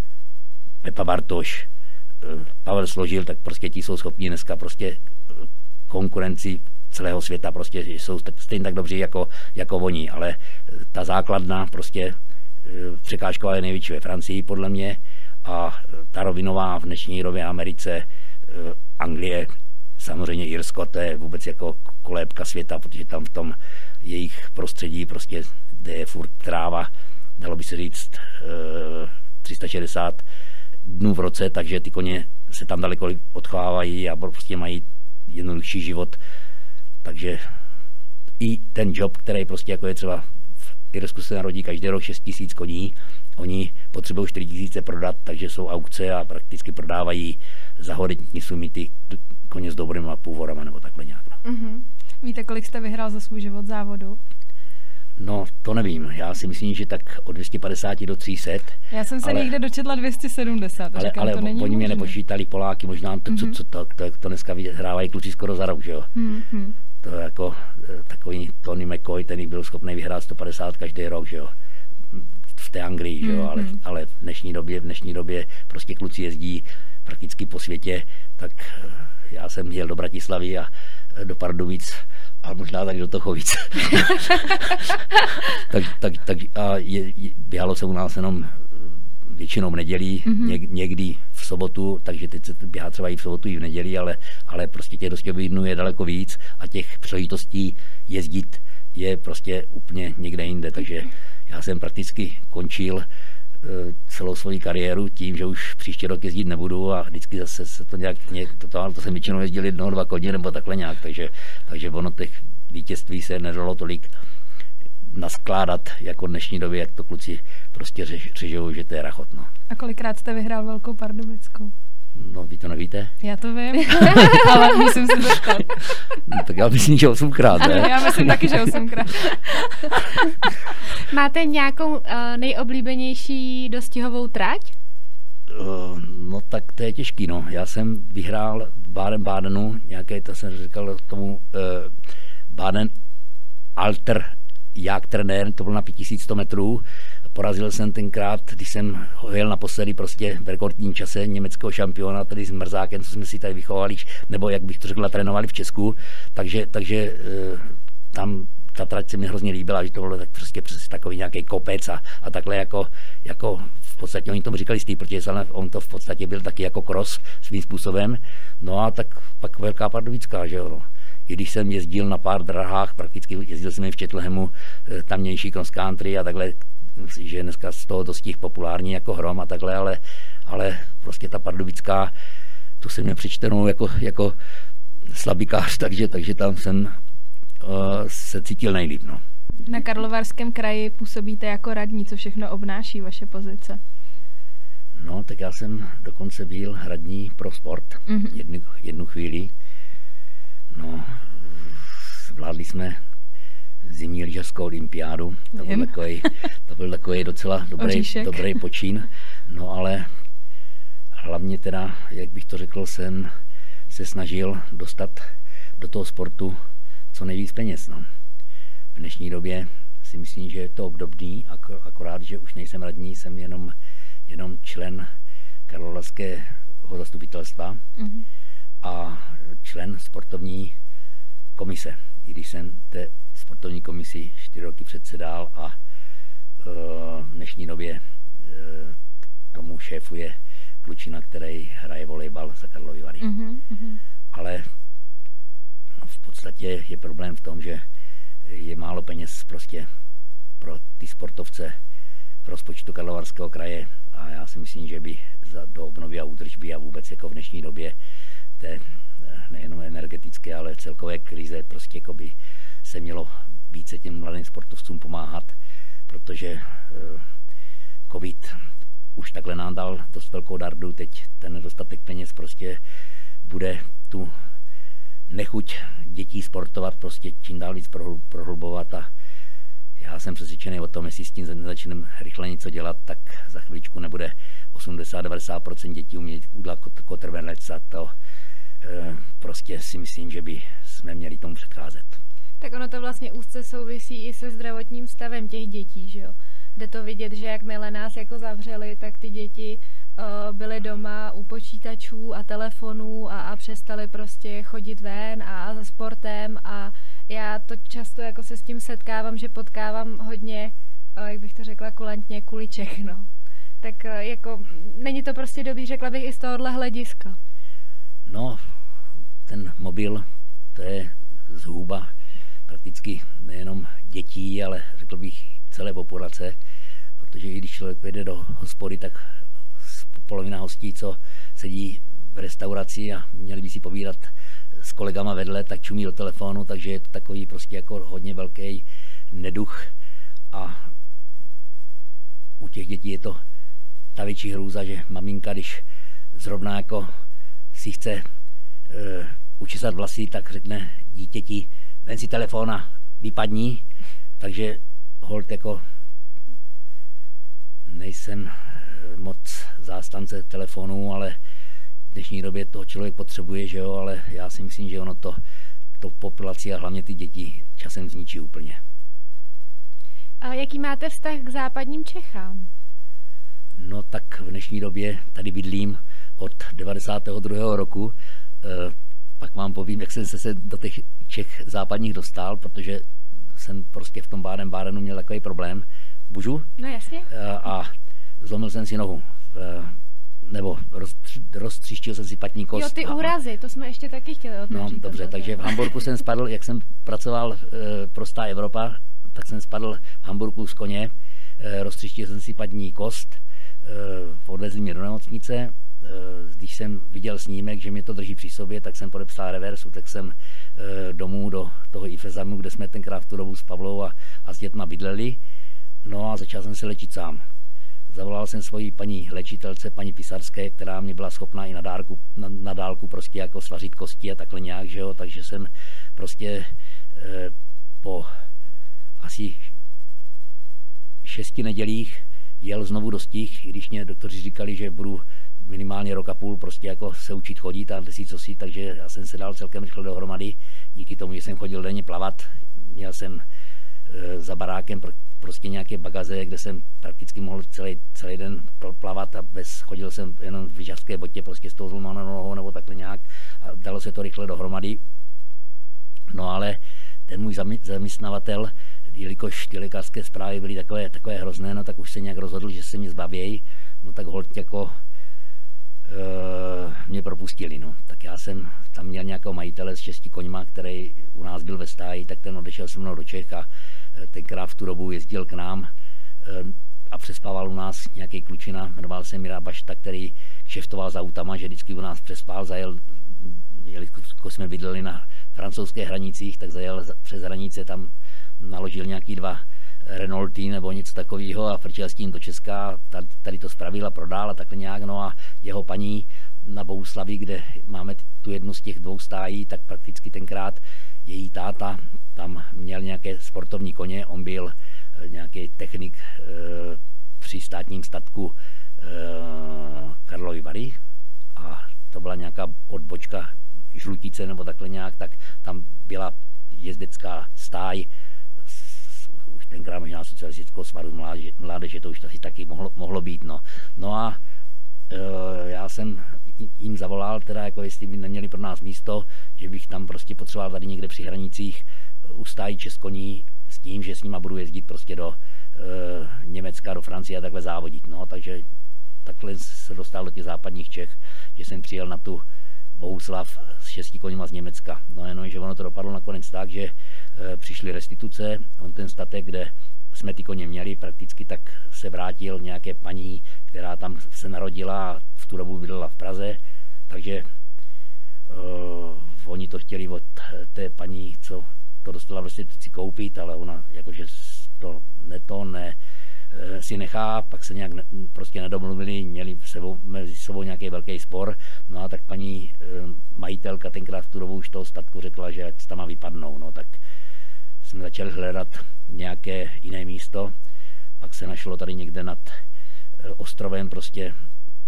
Pepa Bartoš, uh, Pavel Složil, tak prostě ti jsou schopni dneska prostě uh, konkurenci celého světa, prostě jsou stejně tak dobří jako, jako oni, ale ta základna prostě uh, překážková je největší ve Francii podle mě a ta rovinová v dnešní době Americe, uh, Anglie, samozřejmě Irsko, to je vůbec jako kolébka světa, protože tam v tom jejich prostředí prostě, kde je furt tráva, dalo by se říct tři sta šedesát dnů v roce, takže ty koně se tam daleko odchovávají a prostě mají jednodušší život. Takže i ten job, který prostě jako je třeba v Irsku se narodí každý rok šest tisíc koní, oni potřebují čtyři tisíce prodat, takže jsou aukce a prakticky prodávají za hodnotní sumy ty koně s dobrýma původama nebo takhle nějak. No. Mm-hmm. Víte, kolik jste vyhrál za svůj život závodu? No, to nevím. Já si myslím, že tak od dvě stě padesát do tří set. Já jsem se ale, někde dočetla dvě stě sedmdesát. Ale, říkám, ale to není oni mě nepočítali Poláky, možná to, mm-hmm. co, co to, to, to dneska vyhrávají kluci skoro za rok, že jo. Mm-hmm. To jako takový Tony McCoy, ten jich byl schopný vyhrát sto padesát každý rok, že jo. V té Anglii, že jo, mm-hmm. ale, ale v dnešní době, v dnešní době prostě kluci jezdí prakticky po světě, tak já jsem jel do Bratislavy a do Pardubic A možná tady do toho víc. tak, tak, tak a je, je, běhalo se u nás jenom většinou v nedělí, mm-hmm. něk, někdy v sobotu, takže teď se běhá třeba i v sobotu, i v neděli, ale, ale prostě těch dospělých dnů je daleko víc a těch příležitostí jezdit je prostě úplně někde jinde, takže já jsem prakticky končil celou svoji kariéru tím, že už příští rok jezdit nebudu a vždycky zase se to nějak, nějak to, to, to jsem většinou jezdil jednou, dva koně nebo takhle nějak, takže, takže ono těch vítězství se nedalo tolik naskládat jako v dnešní době, jak to kluci prostě řež, řežou, že to je rachot. No. A kolikrát jste vyhrál Velkou Pardubickou? No, vy to nevíte? Já to vím, ale musím se zeptat. No, tak já myslím, že osmkrát, ne? Ano, já myslím taky, že osmkrát. Máte nějakou uh, nejoblíbenější dostihovou trať? Uh, no tak to je těžký, no. Já jsem vyhrál v Baden-Badenu, nějaké, to jsem říkal tomu uh, Baden Alter Jagdtrenér, to bylo na pět tisíc sto metrů. Porazil jsem tenkrát, když jsem jel naposledy prostě v rekordním čase německého šampiona, tedy s Mrzákem, co jsme si tady vychovali, nebo jak bych to řekl, trénovali v Česku. Takže, takže uh, tam ta trať se mi hrozně líbila, že to bylo tak prostě přes takový nějaký kopec a, a takhle jako, jako v podstatě oni tomu říkali stý, protože on to v podstatě byl taky jako cross svým způsobem. No a tak pak Velká Pardubická, že jo. No. I když jsem jezdil na pár drahách, prakticky jezdil jsem i v Četlehemu, tamnější cross country a takhle, že dneska z toho dosti populární jako hrom a takhle, ale, ale prostě ta Pardubická, tu jsem měl přečtenou jako, jako slabikář, takže, takže tam jsem se cítil nejlíp. No. Na Karlovarském kraji působíte jako radní, co všechno obnáší vaše pozice? No, tak já jsem dokonce byl radní pro sport mm-hmm. jednu, jednu chvíli. No, zvládli jsme zimní lyžařskou olympiádu. To byl, takový, to byl takový docela dobrý, dobrý počín. No ale hlavně teda, jak bych to řekl, jsem se snažil dostat do toho sportu co nejvíc peněz. No. V dnešní době si myslím, že je to obdobný, akorát, že už nejsem radní, jsem jenom, jenom člen Karlovarského zastupitelstva mm-hmm. a člen sportovní komise. I když jsem té sportovní komisi čtyři roky předsedal a uh, v dnešní době uh, tomu šéfuje klučina, který hraje volejbal za Karlovy Vary. Mm-hmm. Ale v podstatě je problém v tom, že je málo peněz prostě pro ty sportovce v rozpočtu Karlovarského kraje a já si myslím, že by za, do obnovy a údržby a vůbec jako v dnešní době té nejenom energetické, ale celkové krize prostě jako by se mělo více těm mladým sportovcům pomáhat, protože eh, covid už takhle nám dal dost velkou dardu, teď ten nedostatek peněz prostě bude tu nechuť dětí sportovat prostě čím dál víc prohlubovat a já jsem přesvědčený o tom, jestli s tím nezačneme rychle něco dělat, tak za chvíličku nebude osmdesát až devadesát procent dětí umět udělat kotrmelec a to e, prostě si myslím, že by jsme měli tomu předcházet. Tak ono to vlastně úzce souvisí i se zdravotním stavem těch dětí, že jo? Jde to vidět, že jakmile nás jako zavřeli, tak ty děti uh, byly doma u počítačů a telefonů a, a přestali prostě chodit ven a, a za sportem a já to často jako se s tím setkávám, že potkávám hodně, uh, jak bych to řekla kulantně, kuliček, no. Tak uh, jako není to prostě dobrý, řekla bych i z tohohle hlediska. No, ten mobil, to je zhůba prakticky nejenom dětí, ale řekl bych celé populace, protože i když člověk jde do hospody, tak polovina hostí, co sedí v restauraci a měli by si povídat s kolegama vedle, tak čumí do telefonu, takže je to takový prostě jako hodně velký neduch a u těch dětí je to ta větší hrůza, že maminka, když zrovna jako si chce e, učesat vlasy, tak řekne dítěti, ven si telefon a vypadni, takže holt jako nejsem moc zástance telefonů, ale v dnešní době toho člověk potřebuje, že jo, ale já si myslím, že ono to, to populaci a hlavně ty děti časem zničí úplně. A jaký máte vztah k západním Čechám? No tak v dnešní době tady bydlím od devadesátého druhého roku, pak vám povím, jak jsem se do těch Čech západních dostal, protože jsem prostě v tom Báden Bádenu měl takový problém. Můžu? No jasně. A, a zlomil jsem si nohu. Nebo roz, roztříštil jsem si patní kost. Jo, ty úrazy, to jsme ještě taky chtěli otevřít. No, dobře, takže v Hamburku jsem spadl, jak jsem pracoval e, Prostá Evropa, tak jsem spadl v Hamburku z koně, e, roztříštil jsem si patní kost, e, odvezli mě do nemocnice, e, když jsem viděl snímek, že mě to drží při sobě, tak jsem podepsal reversu, tak jsem e, domů do toho Ifezamu, kde jsme tenkrát v tu dobu s Pavlou a, a s dětma bydleli, no a začal jsem se léčit sám. Zavolal jsem svoji paní léčitelce, paní Pisarské, která mě byla schopná i na, dárku, na, na dálku prostě jako svařit kosti a takhle nějak, že jo, takže jsem prostě e, po asi šesti nedělích jel znovu do Stih, i když mě doktoři říkali, že budu minimálně rok a půl prostě jako se učit chodit a si co si, takže já jsem se dal celkem rychle dohromady, díky tomu, že jsem chodil denně plavat, měl jsem e, za barákem pr- prostě nějaké bagaze, kde jsem prakticky mohl celý, celý den plavat a bez, chodil jsem jenom v lyžařské botě prostě s tou zlomanou nohou nebo takhle nějak a dalo se to rychle dohromady. No ale ten můj zaměstnavatel, jelikož ty lékařské zprávy byly takové, takové hrozné, no tak už se nějak rozhodl, že se mě zbavějí, no tak holt jako e, mě propustili, no. Tak já jsem tam měl nějakého majitele s šesti koňma, který u nás byl ve stáji, tak ten odešel se mnou do Čech a tenkrát v tu dobu jezdil k nám a přespával u nás nějaký klučina, jmenoval se Mira Bašta, který kšeftoval za autama, že vždycky u nás přespál, zajel, jelikož jsme bydleli na francouzských hranicích, tak zajel přes hranice, tam naložil nějaký dva Renaulty nebo něco takového a frčel s tím do Česka, tady, tady to spravil a prodal a takhle nějak, no a jeho paní na Bohuslaví, kde máme tu jednu z těch dvou stájí, tak prakticky tenkrát její táta tam měl nějaké sportovní koně, on byl e, nějaký technik e, při státním statku e, Karlovy Vary a to byla nějaká odbočka Žlutice nebo takhle nějak, tak tam byla jezdecká stáj, už tenkrát možná socialistického svazu mládeže, mládeže, to už asi taky mohlo, mohlo být. No, no a e, já jsem jim zavolal, teda jako jestli by neměli pro nás místo, že bych tam prostě potřeboval tady někde při hranicích ustájí Českoní s tím, že s nima budu jezdit prostě do e, Německa, do Francie a takhle závodit. No, takže takhle se dostal do těch západních Čech, že jsem přijel na tu Bohuslav s šesti koněma z Německa. No jenom, že ono to dopadlo nakonec tak, že e, přišly restituce, on ten statek, kde jsme ty koně měli, prakticky tak se vrátil nějaké paní, která tam se narodila a v tu dobu bydlela v Praze, takže uh, oni to chtěli od té paní, co to dostala v restituci koupit, ale ona jakože to ne to ne si nechá, pak se nějak ne, prostě nedomluvili, měli sebou, mezi sebou nějaký velký spor, no a tak paní e, majitelka tenkrát v tu dobu už toho statku řekla, že ať tam vypadnou, no tak jsme začali hledat nějaké jiné místo, pak se našlo tady někde nad e, ostrovem prostě e,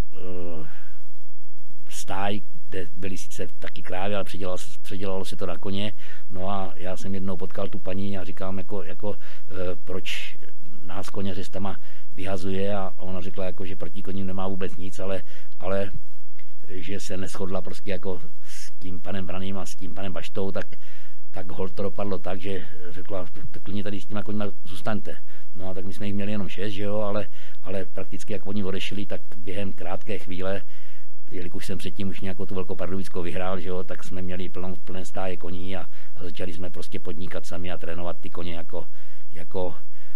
stáj, kde byly sice taky krávy, ale předělalo, předělalo se to na koně, no a já jsem jednou potkal tu paní a říkám, jako, jako e, proč nás koněře s tama vyhazuje a ona řekla, jako, že proti koním nemá vůbec nic, ale, ale že se neshodla prostě jako s tím panem Vraným a s tím panem Baštou, tak, tak holt to dopadlo tak, že řekla, tak klidně tady s těma koňma zůstaňte. No a tak my jsme jich měli jenom šest, že jo, ale, ale prakticky jak oni odešli, tak během krátké chvíle, jelikož jsem předtím už nějakou tu Velkopardubickou vyhrál, že jo, tak jsme měli plnou, plné stáje koní a, a začali jsme prostě podnikat sami a trénovat ty koně jako, jako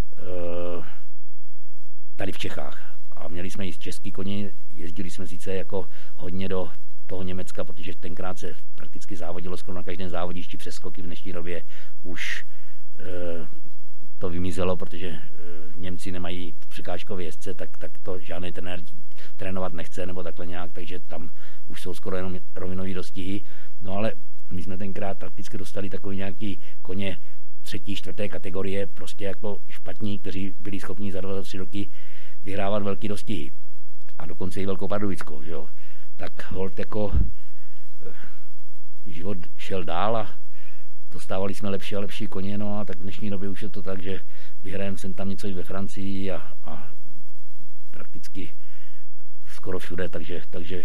tady v Čechách. A měli jsme i český koně, jezdili jsme sice jako hodně do toho Německa, protože tenkrát se prakticky závodilo skoro na každém závodišti, přeskoky v dnešní době už e, to vymizelo, protože e, Němci nemají překážkové jezdce, tak, tak to žádný trenér trénovat nechce, nebo takhle nějak, takže tam už jsou skoro jenom rovinové dostihy. No ale my jsme tenkrát prakticky dostali takový nějaký koně třetí, čtvrté kategorie, prostě jako špatní, kteří byli schopni za dva, za tři roky vyhrávat velký dostihy. A dokonce i Velkopardubickou, že jo. Tak holt jako život šel dál a dostávali jsme lepší a lepší koně, no a tak v dnešní době už je to tak, že vyhrajeme sem tam něco i ve Francii a, a prakticky skoro všude, takže, takže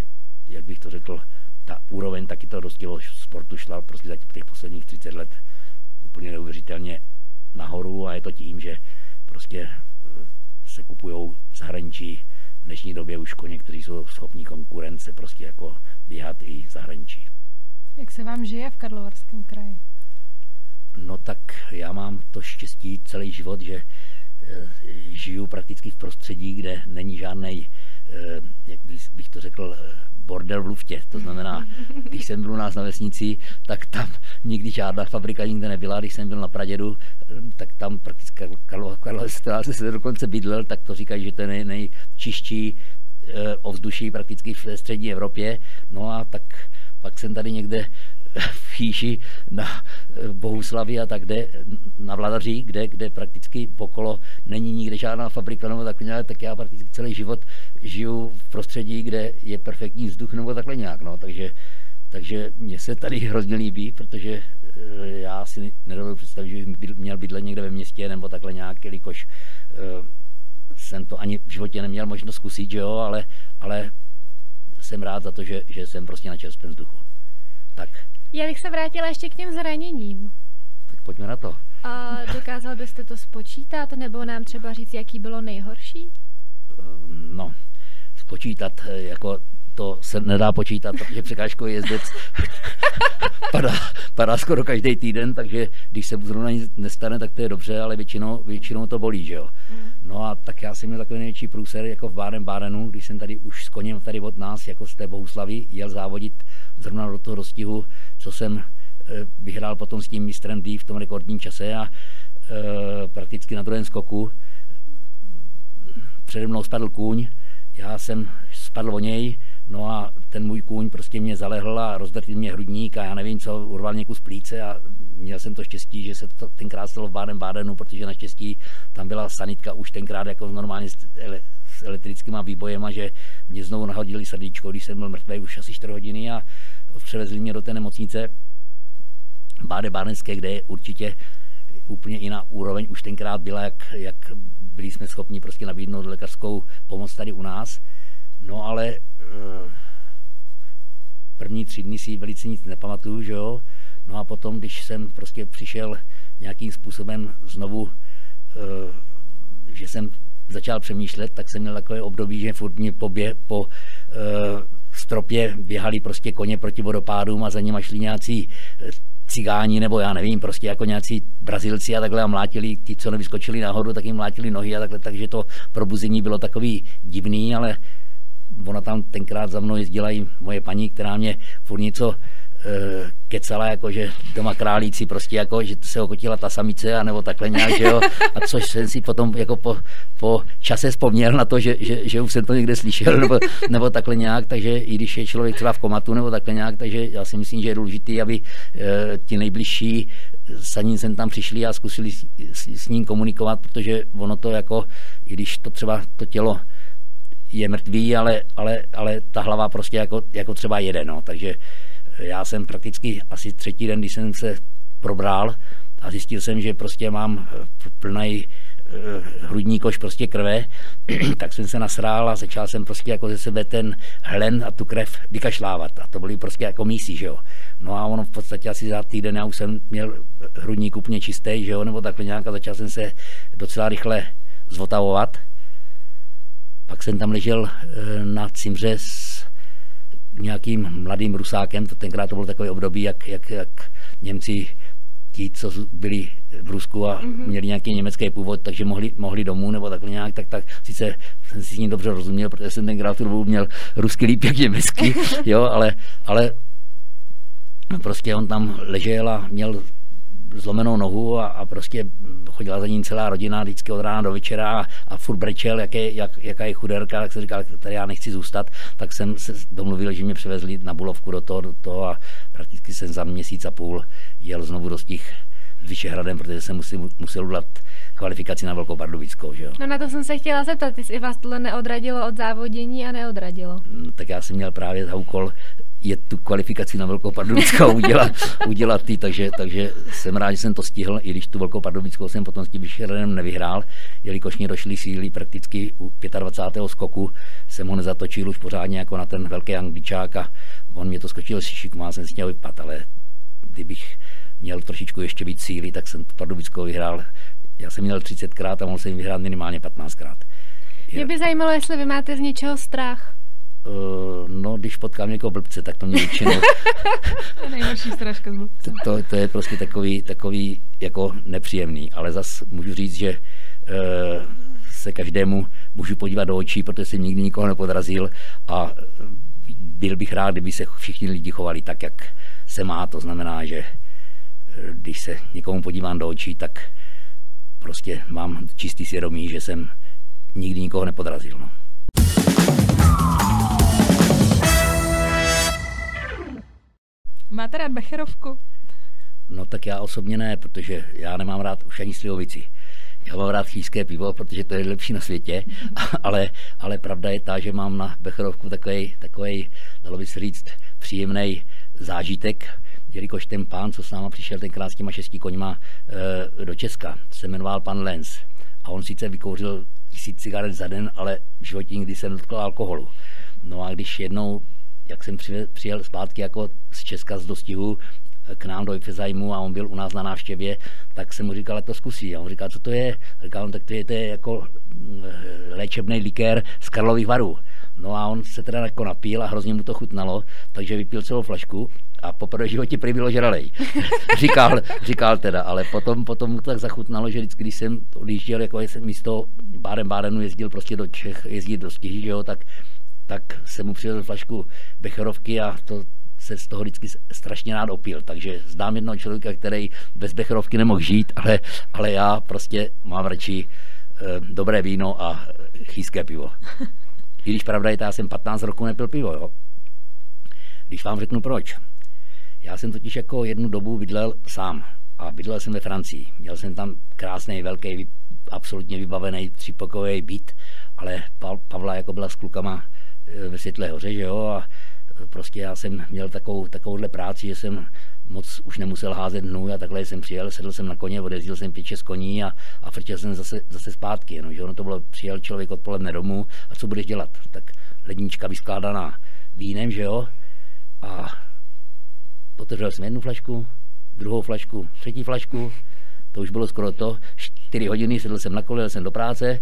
jak bych to řekl, ta úroveň taky to rozdílo sportu šla prostě za těch posledních třicet let úplně neuvěřitelně nahoru a je to tím, že prostě se kupujou v zahraničí v dnešní době už koně, kteří jsou schopní konkurence prostě jako běhat i v zahraničí. Jak se vám žije v Karlovarském kraji? No tak já mám to štěstí celý život, že e, žiju prakticky v prostředí, kde není žádnej, e, jak bych, bych to řekl, bordel v luftě. To znamená, když jsem byl u nás na vesnici, tak tam nikdy žádná fabrika nikde nebyla. Když jsem byl na Pradědu, tak tam prakticky Karlo, Karlo se dokonce bydlel, tak to říkají, že to je nej, nejčistší e, ovzduší prakticky v střední Evropě. No a tak pak jsem tady někde v Chýši na Bohuslavi a tak kde, na Vladaří, kde, kde prakticky okolo není nikde žádná fabrika nebo takhle nějak, tak já prakticky celý život žiju v prostředí, kde je perfektní vzduch nebo takhle nějak, no, takže, takže mně se tady hrozně líbí, protože já si nedovedu představit, že bych měl bydlet někde ve městě nebo takhle nějak, jelikož uh, jsem to ani v životě neměl možnost zkusit, že jo, ale, ale jsem rád za to, že, že jsem prostě na čerstvém vzduchu. Tak. Já bych se vrátila ještě k těm zraněním. Tak pojďme na to. A dokázal byste to spočítat, nebo nám třeba říct, jaký bylo nejhorší? No, spočítat, jako to se nedá počítat, protože překážkový jezdec padá, padá skoro každý týden, takže když se zrovna nic nestane, tak to je dobře, ale většinou, většinou to bolí, že jo. Mm. No a tak já jsem měl takový největší průser jako v Báden-Bádenu, když jsem tady už s koněm tady od nás, jako z té Bohuslavy, jel závodit zrovna do toho rozstihu, co jsem e, vyhrál potom s tím mistrem D v tom rekordním čase a e, prakticky na druhém skoku přede mnou spadl kůň, já jsem spadl o něj, no a ten můj kůň prostě mě zalehl a rozdrtil mě hrudník a já nevím co, urval mě kus plíce a měl jsem to štěstí, že se to tenkrát stalo v Báden-Bádenu, protože naštěstí tam byla sanitka už tenkrát jako normálně s, ele, s elektrickýma výbojema, že mě znovu nahodili srdíčko, když jsem byl mrtvý už asi čtyři hodiny a převezli mě do té nemocnice Báden-Bádenské, kde je určitě úplně jiná úroveň už tenkrát byla, jak, jak byli jsme schopni prostě nabídnout lékařskou pomoc tady u nás. No ale e, první tři dny si velice nic nepamatuju, že jo. No a potom, když jsem prostě přišel nějakým způsobem znovu, e, že jsem začal přemýšlet, tak jsem měl takové období, že furt mě po, bě, po e, stropě běhali prostě koně proti vodopádům a za nimi šli nějací cigáni, nebo já nevím, prostě jako nějací Brazilci a takhle a mlátili, ti, co nevyskočili nahoru, tak jim mlátili nohy a takhle, takže to probuzení bylo takový divný, ale ona tam tenkrát za mnou jezdila i moje paní, která mě furt něco e, kecala, jako že doma králíci prostě jako, že se okotila ta samice a nebo takhle nějak, že jo, a což jsem si potom jako po, po čase vzpomněl na to, že, že, že už jsem to někde slyšel, nebo, nebo takhle nějak, takže i když je člověk třeba v komatu nebo takhle nějak, takže já si myslím, že je důležitý, aby e, ti nejbližší za ním sem tam přišli a zkusili s, s, s ním komunikovat, protože ono to jako, i když to třeba to tělo je mrtvý, ale, ale, ale ta hlava prostě jako, jako třeba jede, no, takže já jsem prakticky asi třetí den, když jsem se probral a zjistil jsem, že prostě mám plný uh, hrudní koš prostě krve, tak jsem se nasrál a začal jsem prostě jako ze sebe ten hlen a tu krev vykašlávat a to byly prostě jako mísí, že jo. No a ono v podstatě asi za týden já už jsem měl hrudník úplně čistý, že jo, nebo takhle nějak a začal jsem se docela rychle zvotavovat. Pak jsem tam ležel e, na cimře s nějakým mladým Rusákem, to tenkrát to bylo takové období, jak, jak, jak Němci, ti, co byli v Rusku a mm-hmm. měli nějaký německý původ, takže mohli, mohli domů nebo takhle nějak, tak, tak sice jsem si s ním dobře rozuměl, protože jsem tenkrát v tu dobu měl rusky líp jak německý, jo, ale, ale prostě on tam ležel a měl zlomenou nohu a, a prostě chodila za ním celá rodina vždycky od rána do večera a, a furt brečel, jak je, jak, jaká je chuderka, tak jsem říkal, tady já nechci zůstat, tak jsem se domluvil, že mě převezli na Bulovku do toho, do toho a prakticky jsem za měsíc a půl jel znovu do těch s Vyšehradem, protože jsem musel, musel udělat kvalifikaci na Velkou Pardubickou, že jo. No na to jsem se chtěla zeptat, jestli vás tohle neodradilo od závodění a neodradilo. Tak já jsem měl právě za úkol je tu kvalifikaci na Velkopardubického udělat, udělat ty, takže, takže jsem rád, že jsem to stihl, i když tu Velkopardubickou jsem potom s tím Vyšerenem nevyhrál, jelikož mě došly síly prakticky u dvacátého pátého skoku, jsem ho nezatočil už pořádně jako na ten velký Angličák a on mě to skočil si šikmá, jsem si měl vypadat, ale kdybych měl trošičku ještě víc síly, tak jsem tu Pardubickou vyhrál. Já jsem měl třicetkrát a mohl jsem vyhrát minimálně patnáctkrát. Mě by zajímalo, jestli vy máte z něčeho strach. Uh, no, když potkám někoho blbce, tak to mě většinou... To je nejhorší straška z blbce. To, to je prostě takový, takový jako nepříjemný, ale zas můžu říct, že uh, se každému můžu podívat do očí, protože jsem nikdy nikoho nepodrazil a byl bych rád, kdyby se všichni lidi chovali tak, jak se má. To znamená, že když se někomu podívám do očí, tak prostě mám čistý svědomí, že jsem nikdy nikoho nepodrazil. No. Máte rád becherovku? No tak já osobně ne, protože já nemám rád už ani slivovici. Já mám rád chýské pivo, protože to je lepší na světě, ale, ale pravda je ta, že mám na becherovku takový, takový, dalo by se říct, příjemný zážitek, jelikož ten pán, co s náma přišel tenkrát s těma šesti koňma e, do Česka, se jmenoval pan Lenz. A on sice vykouřil tisíc cigaret za den, ale v životě nikdy jsem nedotkl alkoholu. No a když jednou, jak jsem přijel zpátky jako z Česka z dostihu k nám do Ifezajmu a on byl u nás na návštěvě, tak jsem mu říkal, to zkusí. A on říkal, co to je? A říkal, on, tak to je, to je jako léčebný likér z Karlových Varů. No a on se teda jako napil a hrozně mu to chutnalo, takže vypil celou flašku a poprvé v životě prý bylo žralej. říkal, říkal teda, ale potom, potom mu to tak zachutnalo, že vždycky, když jsem odjížděl, jako jsem místo Bádem Bádenu jezdil prostě do Čech, jezdit do Stihy, že jo, tak, tak jsem mu přivezl flašku becherovky a to se z toho vždycky strašně rád opil, takže znám jednoho člověka, který bez becherovky nemohl žít, ale, ale já prostě mám radši e, dobré víno a chýské pivo. I když pravda je, já jsem patnáct roků nepil pivo, jo. Když vám řeknu proč. Já jsem totiž jako jednu dobu bydlel sám a bydlel jsem ve Francii. Měl jsem tam krásný, velký, absolutně vybavený třípokojový byt, ale Pavla jako byla s klukama ve Světlé Hoře, že jo, a prostě já jsem měl takovou, takovouhle práci, že jsem moc už nemusel házet dnů a takhle jsem přijel, sedl jsem na koně, odjezdil jsem pět šest koní a, a frčel jsem zase, zase zpátky, jenom, že ono to bylo, přijel člověk odpoledne domů a co budeš dělat? Tak lednička vyskládaná vínem, že jo, a otevřel jsem jednu flašku, druhou flašku, třetí flašku, to už bylo skoro to, čtyři hodiny, sedl jsem na kole, jel jsem do práce,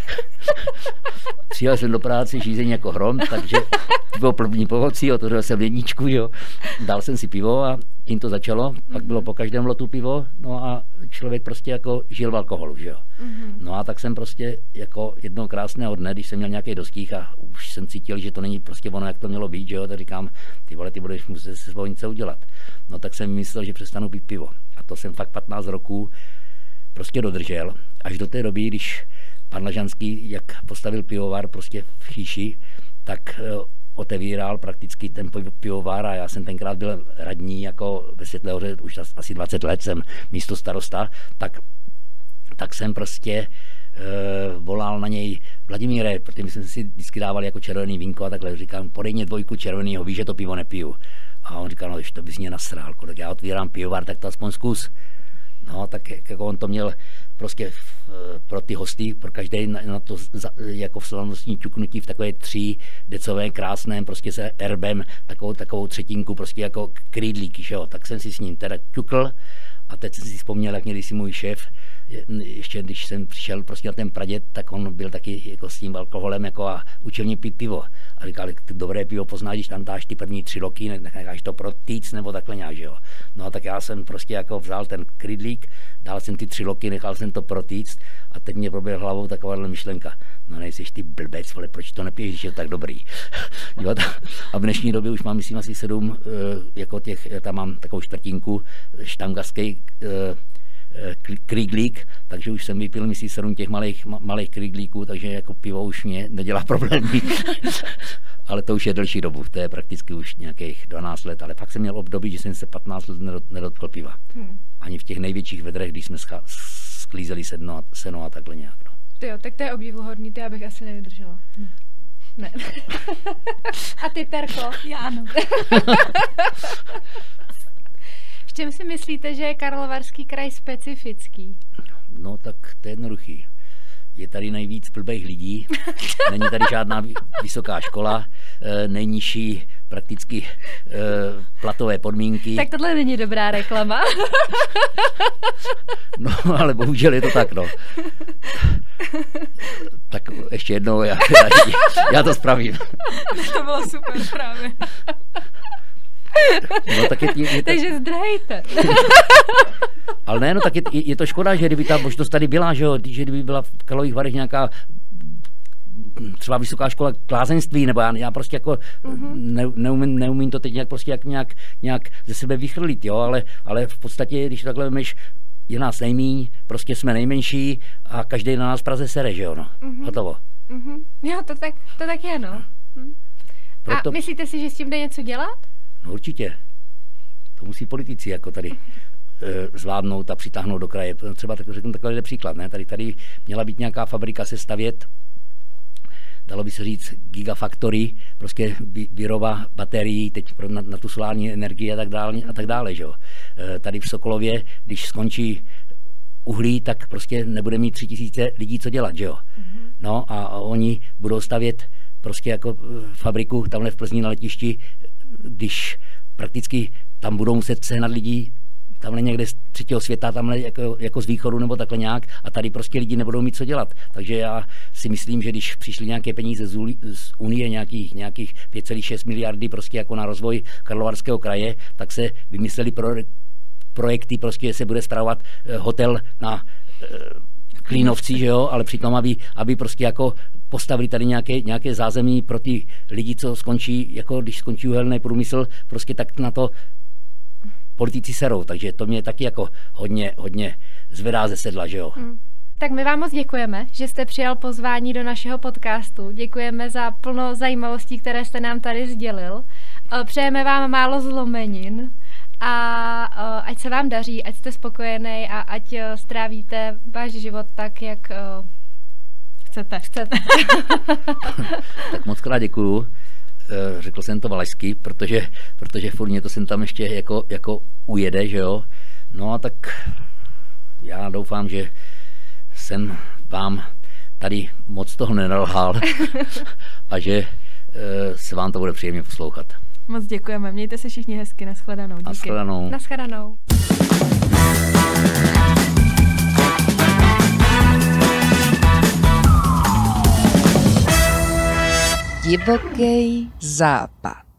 přijel jsem do práce, žízeň jako hrom, takže bylo první pomocí, otevřel jsem jedničku, jo, dal jsem si pivo a tím to začalo, pak bylo po každém lotu pivo, no a člověk prostě jako žil v alkoholu, že jo. No a tak jsem prostě jako jednoho krásného dne, když jsem měl nějaký dostih a už jsem cítil, že to není prostě ono, jak to mělo být, že jo, tak říkám, ty vole, ty budeš muset se svou něco udělat. No tak jsem myslel, že přestanu pít pivo. A to jsem fakt patnáct roků prostě dodržel, až do té doby, když pan Lažanský, jak postavil pivovar prostě v Chýši, tak otevíral prakticky ten pivovar a já jsem tenkrát byl radní jako ve Světlé Hoře, už asi dvacet let jsem místo starosta, tak, tak jsem prostě e, volal na něj Vladimíre, protože my jsme si vždycky dávali jako červený vínko a takhle říkám, podej mě dvojku červenýho, víš, že to pivo nepiju. A on říkal, no když to bys mě nasrál, tak já otvírám pivovar, tak to aspoň zkus. No, tak jako on to měl prostě v, pro ty hosty, pro každý na, na to za, jako v slavnostní ťuknutí v takové tří decové krásném prostě se erbem, takovou, takovou třetinku prostě jako krýdlíky, že jo. Tak jsem si s ním teda ťukl a teď jsem si vzpomněl, jak měli si můj šéf, ještě když jsem přišel prostě na ten Praděd, tak on byl taky jako s tím alkoholem jako a učil mě pít pivo. A říkal, dobré pivo poznáš, když tam dáš ty první tři roky, necháš to protýct nebo takhle nějak, že jo. No a tak já jsem prostě jako vzal ten krydlík, dal jsem ty tři roky, nechal jsem to protýct a teď mě proběhla hlavou takováhle myšlenka. No nejsiš ty blbec, vole, proč to nepiješ, když je to tak dobrý. Jo, a v dnešní době už mám, myslím, asi sedm, jako těch, tam mám takovou čtvrtinku, štamgaský krýglík, takže už jsem vypil, myslím, sedm těch malých, malých krýglíků, takže jako pivo už mě nedělá problémy. Ale to už je delší dobu, to je prakticky už nějakých dvanáct let, ale fakt jsem měl období, že jsem se patnáct let nedotkl piva. Hmm. Ani v těch největších vedrech, když jsme sklízeli seno a, seno a takhle nějak. No. Jo, tak to je obdivuhodný, to já bych asi nevydržela. Hmm. Ne. A ty, Terko? Já ano. V čem si myslíte, že je Karlovarský kraj specifický? No tak to je jednoduchý. Je tady nejvíc blbých lidí, není tady žádná vysoká škola, nejnižší prakticky platové podmínky. Tak tohle není dobrá reklama. No, ale bohužel je to tak, no. Tak ještě jednou, já, já, já to spravím. To bylo super právě. No, tak je, je, je Takže zdrhejte. Ale ne, no tak je, je to škoda, že kdyby ta možnost tady byla, že, jo, že kdyby byla v Karlových Varech nějaká třeba vysoká škola k lázeňství, nebo já, já prostě jako uh-huh. ne, neumím, neumím to teď nějak prostě jak, nějak, nějak ze sebe vychrlit, jo, ale, ale v podstatě, když takhle vemeš, je nás nejmíň, prostě jsme nejmenší a každý na nás v Praze sere, že jo, no, uh-huh. hotovo. Uh-huh. Jo, to tak, to tak je, no. Hm. Proto... A myslíte si, že s tím jde něco dělat? No určitě. To musí politici jako tady e, zvládnout a přitáhnout do kraje. Třeba tak, řeknu takový příklad, ne? Tady, tady měla být nějaká fabrika se stavět, dalo by se říct gigafactory, prostě výroba baterií teď pro, na, na tu solární energii a tak dále, a tak dále, že jo. E, tady v Sokolově, když skončí uhlí, tak prostě nebude mít tři tisíce lidí co dělat, že jo. No a, a oni budou stavět prostě jako fabriku tamhle v Plzni na letišti, když prakticky tam budou muset sehnat lidí tamhle někde z třetího světa, tamhle jako, jako z východu nebo takhle nějak a tady prostě lidi nebudou mít co dělat. Takže já si myslím, že když přišly nějaké peníze z, Uli, z Unie, nějakých, nějakých pět celá šest miliardy prostě jako na rozvoj Karlovarského kraje, tak se vymysleli pro, projekty, prostě se bude spravovat hotel na Klínovci, že jo, ale přitom, aby, aby prostě jako postavili tady nějaké, nějaké zázemí pro ty lidi, co skončí, jako když skončí uhelný průmysl, prostě tak na to politici serou, takže to mě taky jako hodně, hodně zvedá ze sedla, že jo. Hmm. Tak my vám moc děkujeme, že jste přijal pozvání do našeho podcastu. Děkujeme za plno zajímavostí, které jste nám tady sdělil. Přejeme vám málo zlomenin a ať se vám daří, ať jste spokojený a ať strávíte váš život tak, jak chcete. chcete. Tak moc krát děkuju. Řekl jsem to valašsky, protože, protože furt mě to sem tam ještě jako, jako ujede, že jo. No a tak já doufám, že jsem vám tady moc toho nenalhal a že se vám to bude příjemně poslouchat. Moc děkujeme. Mějte se všichni hezky. Nashledanou. Díky. Nashledanou. Nashledanou. Divoký západ.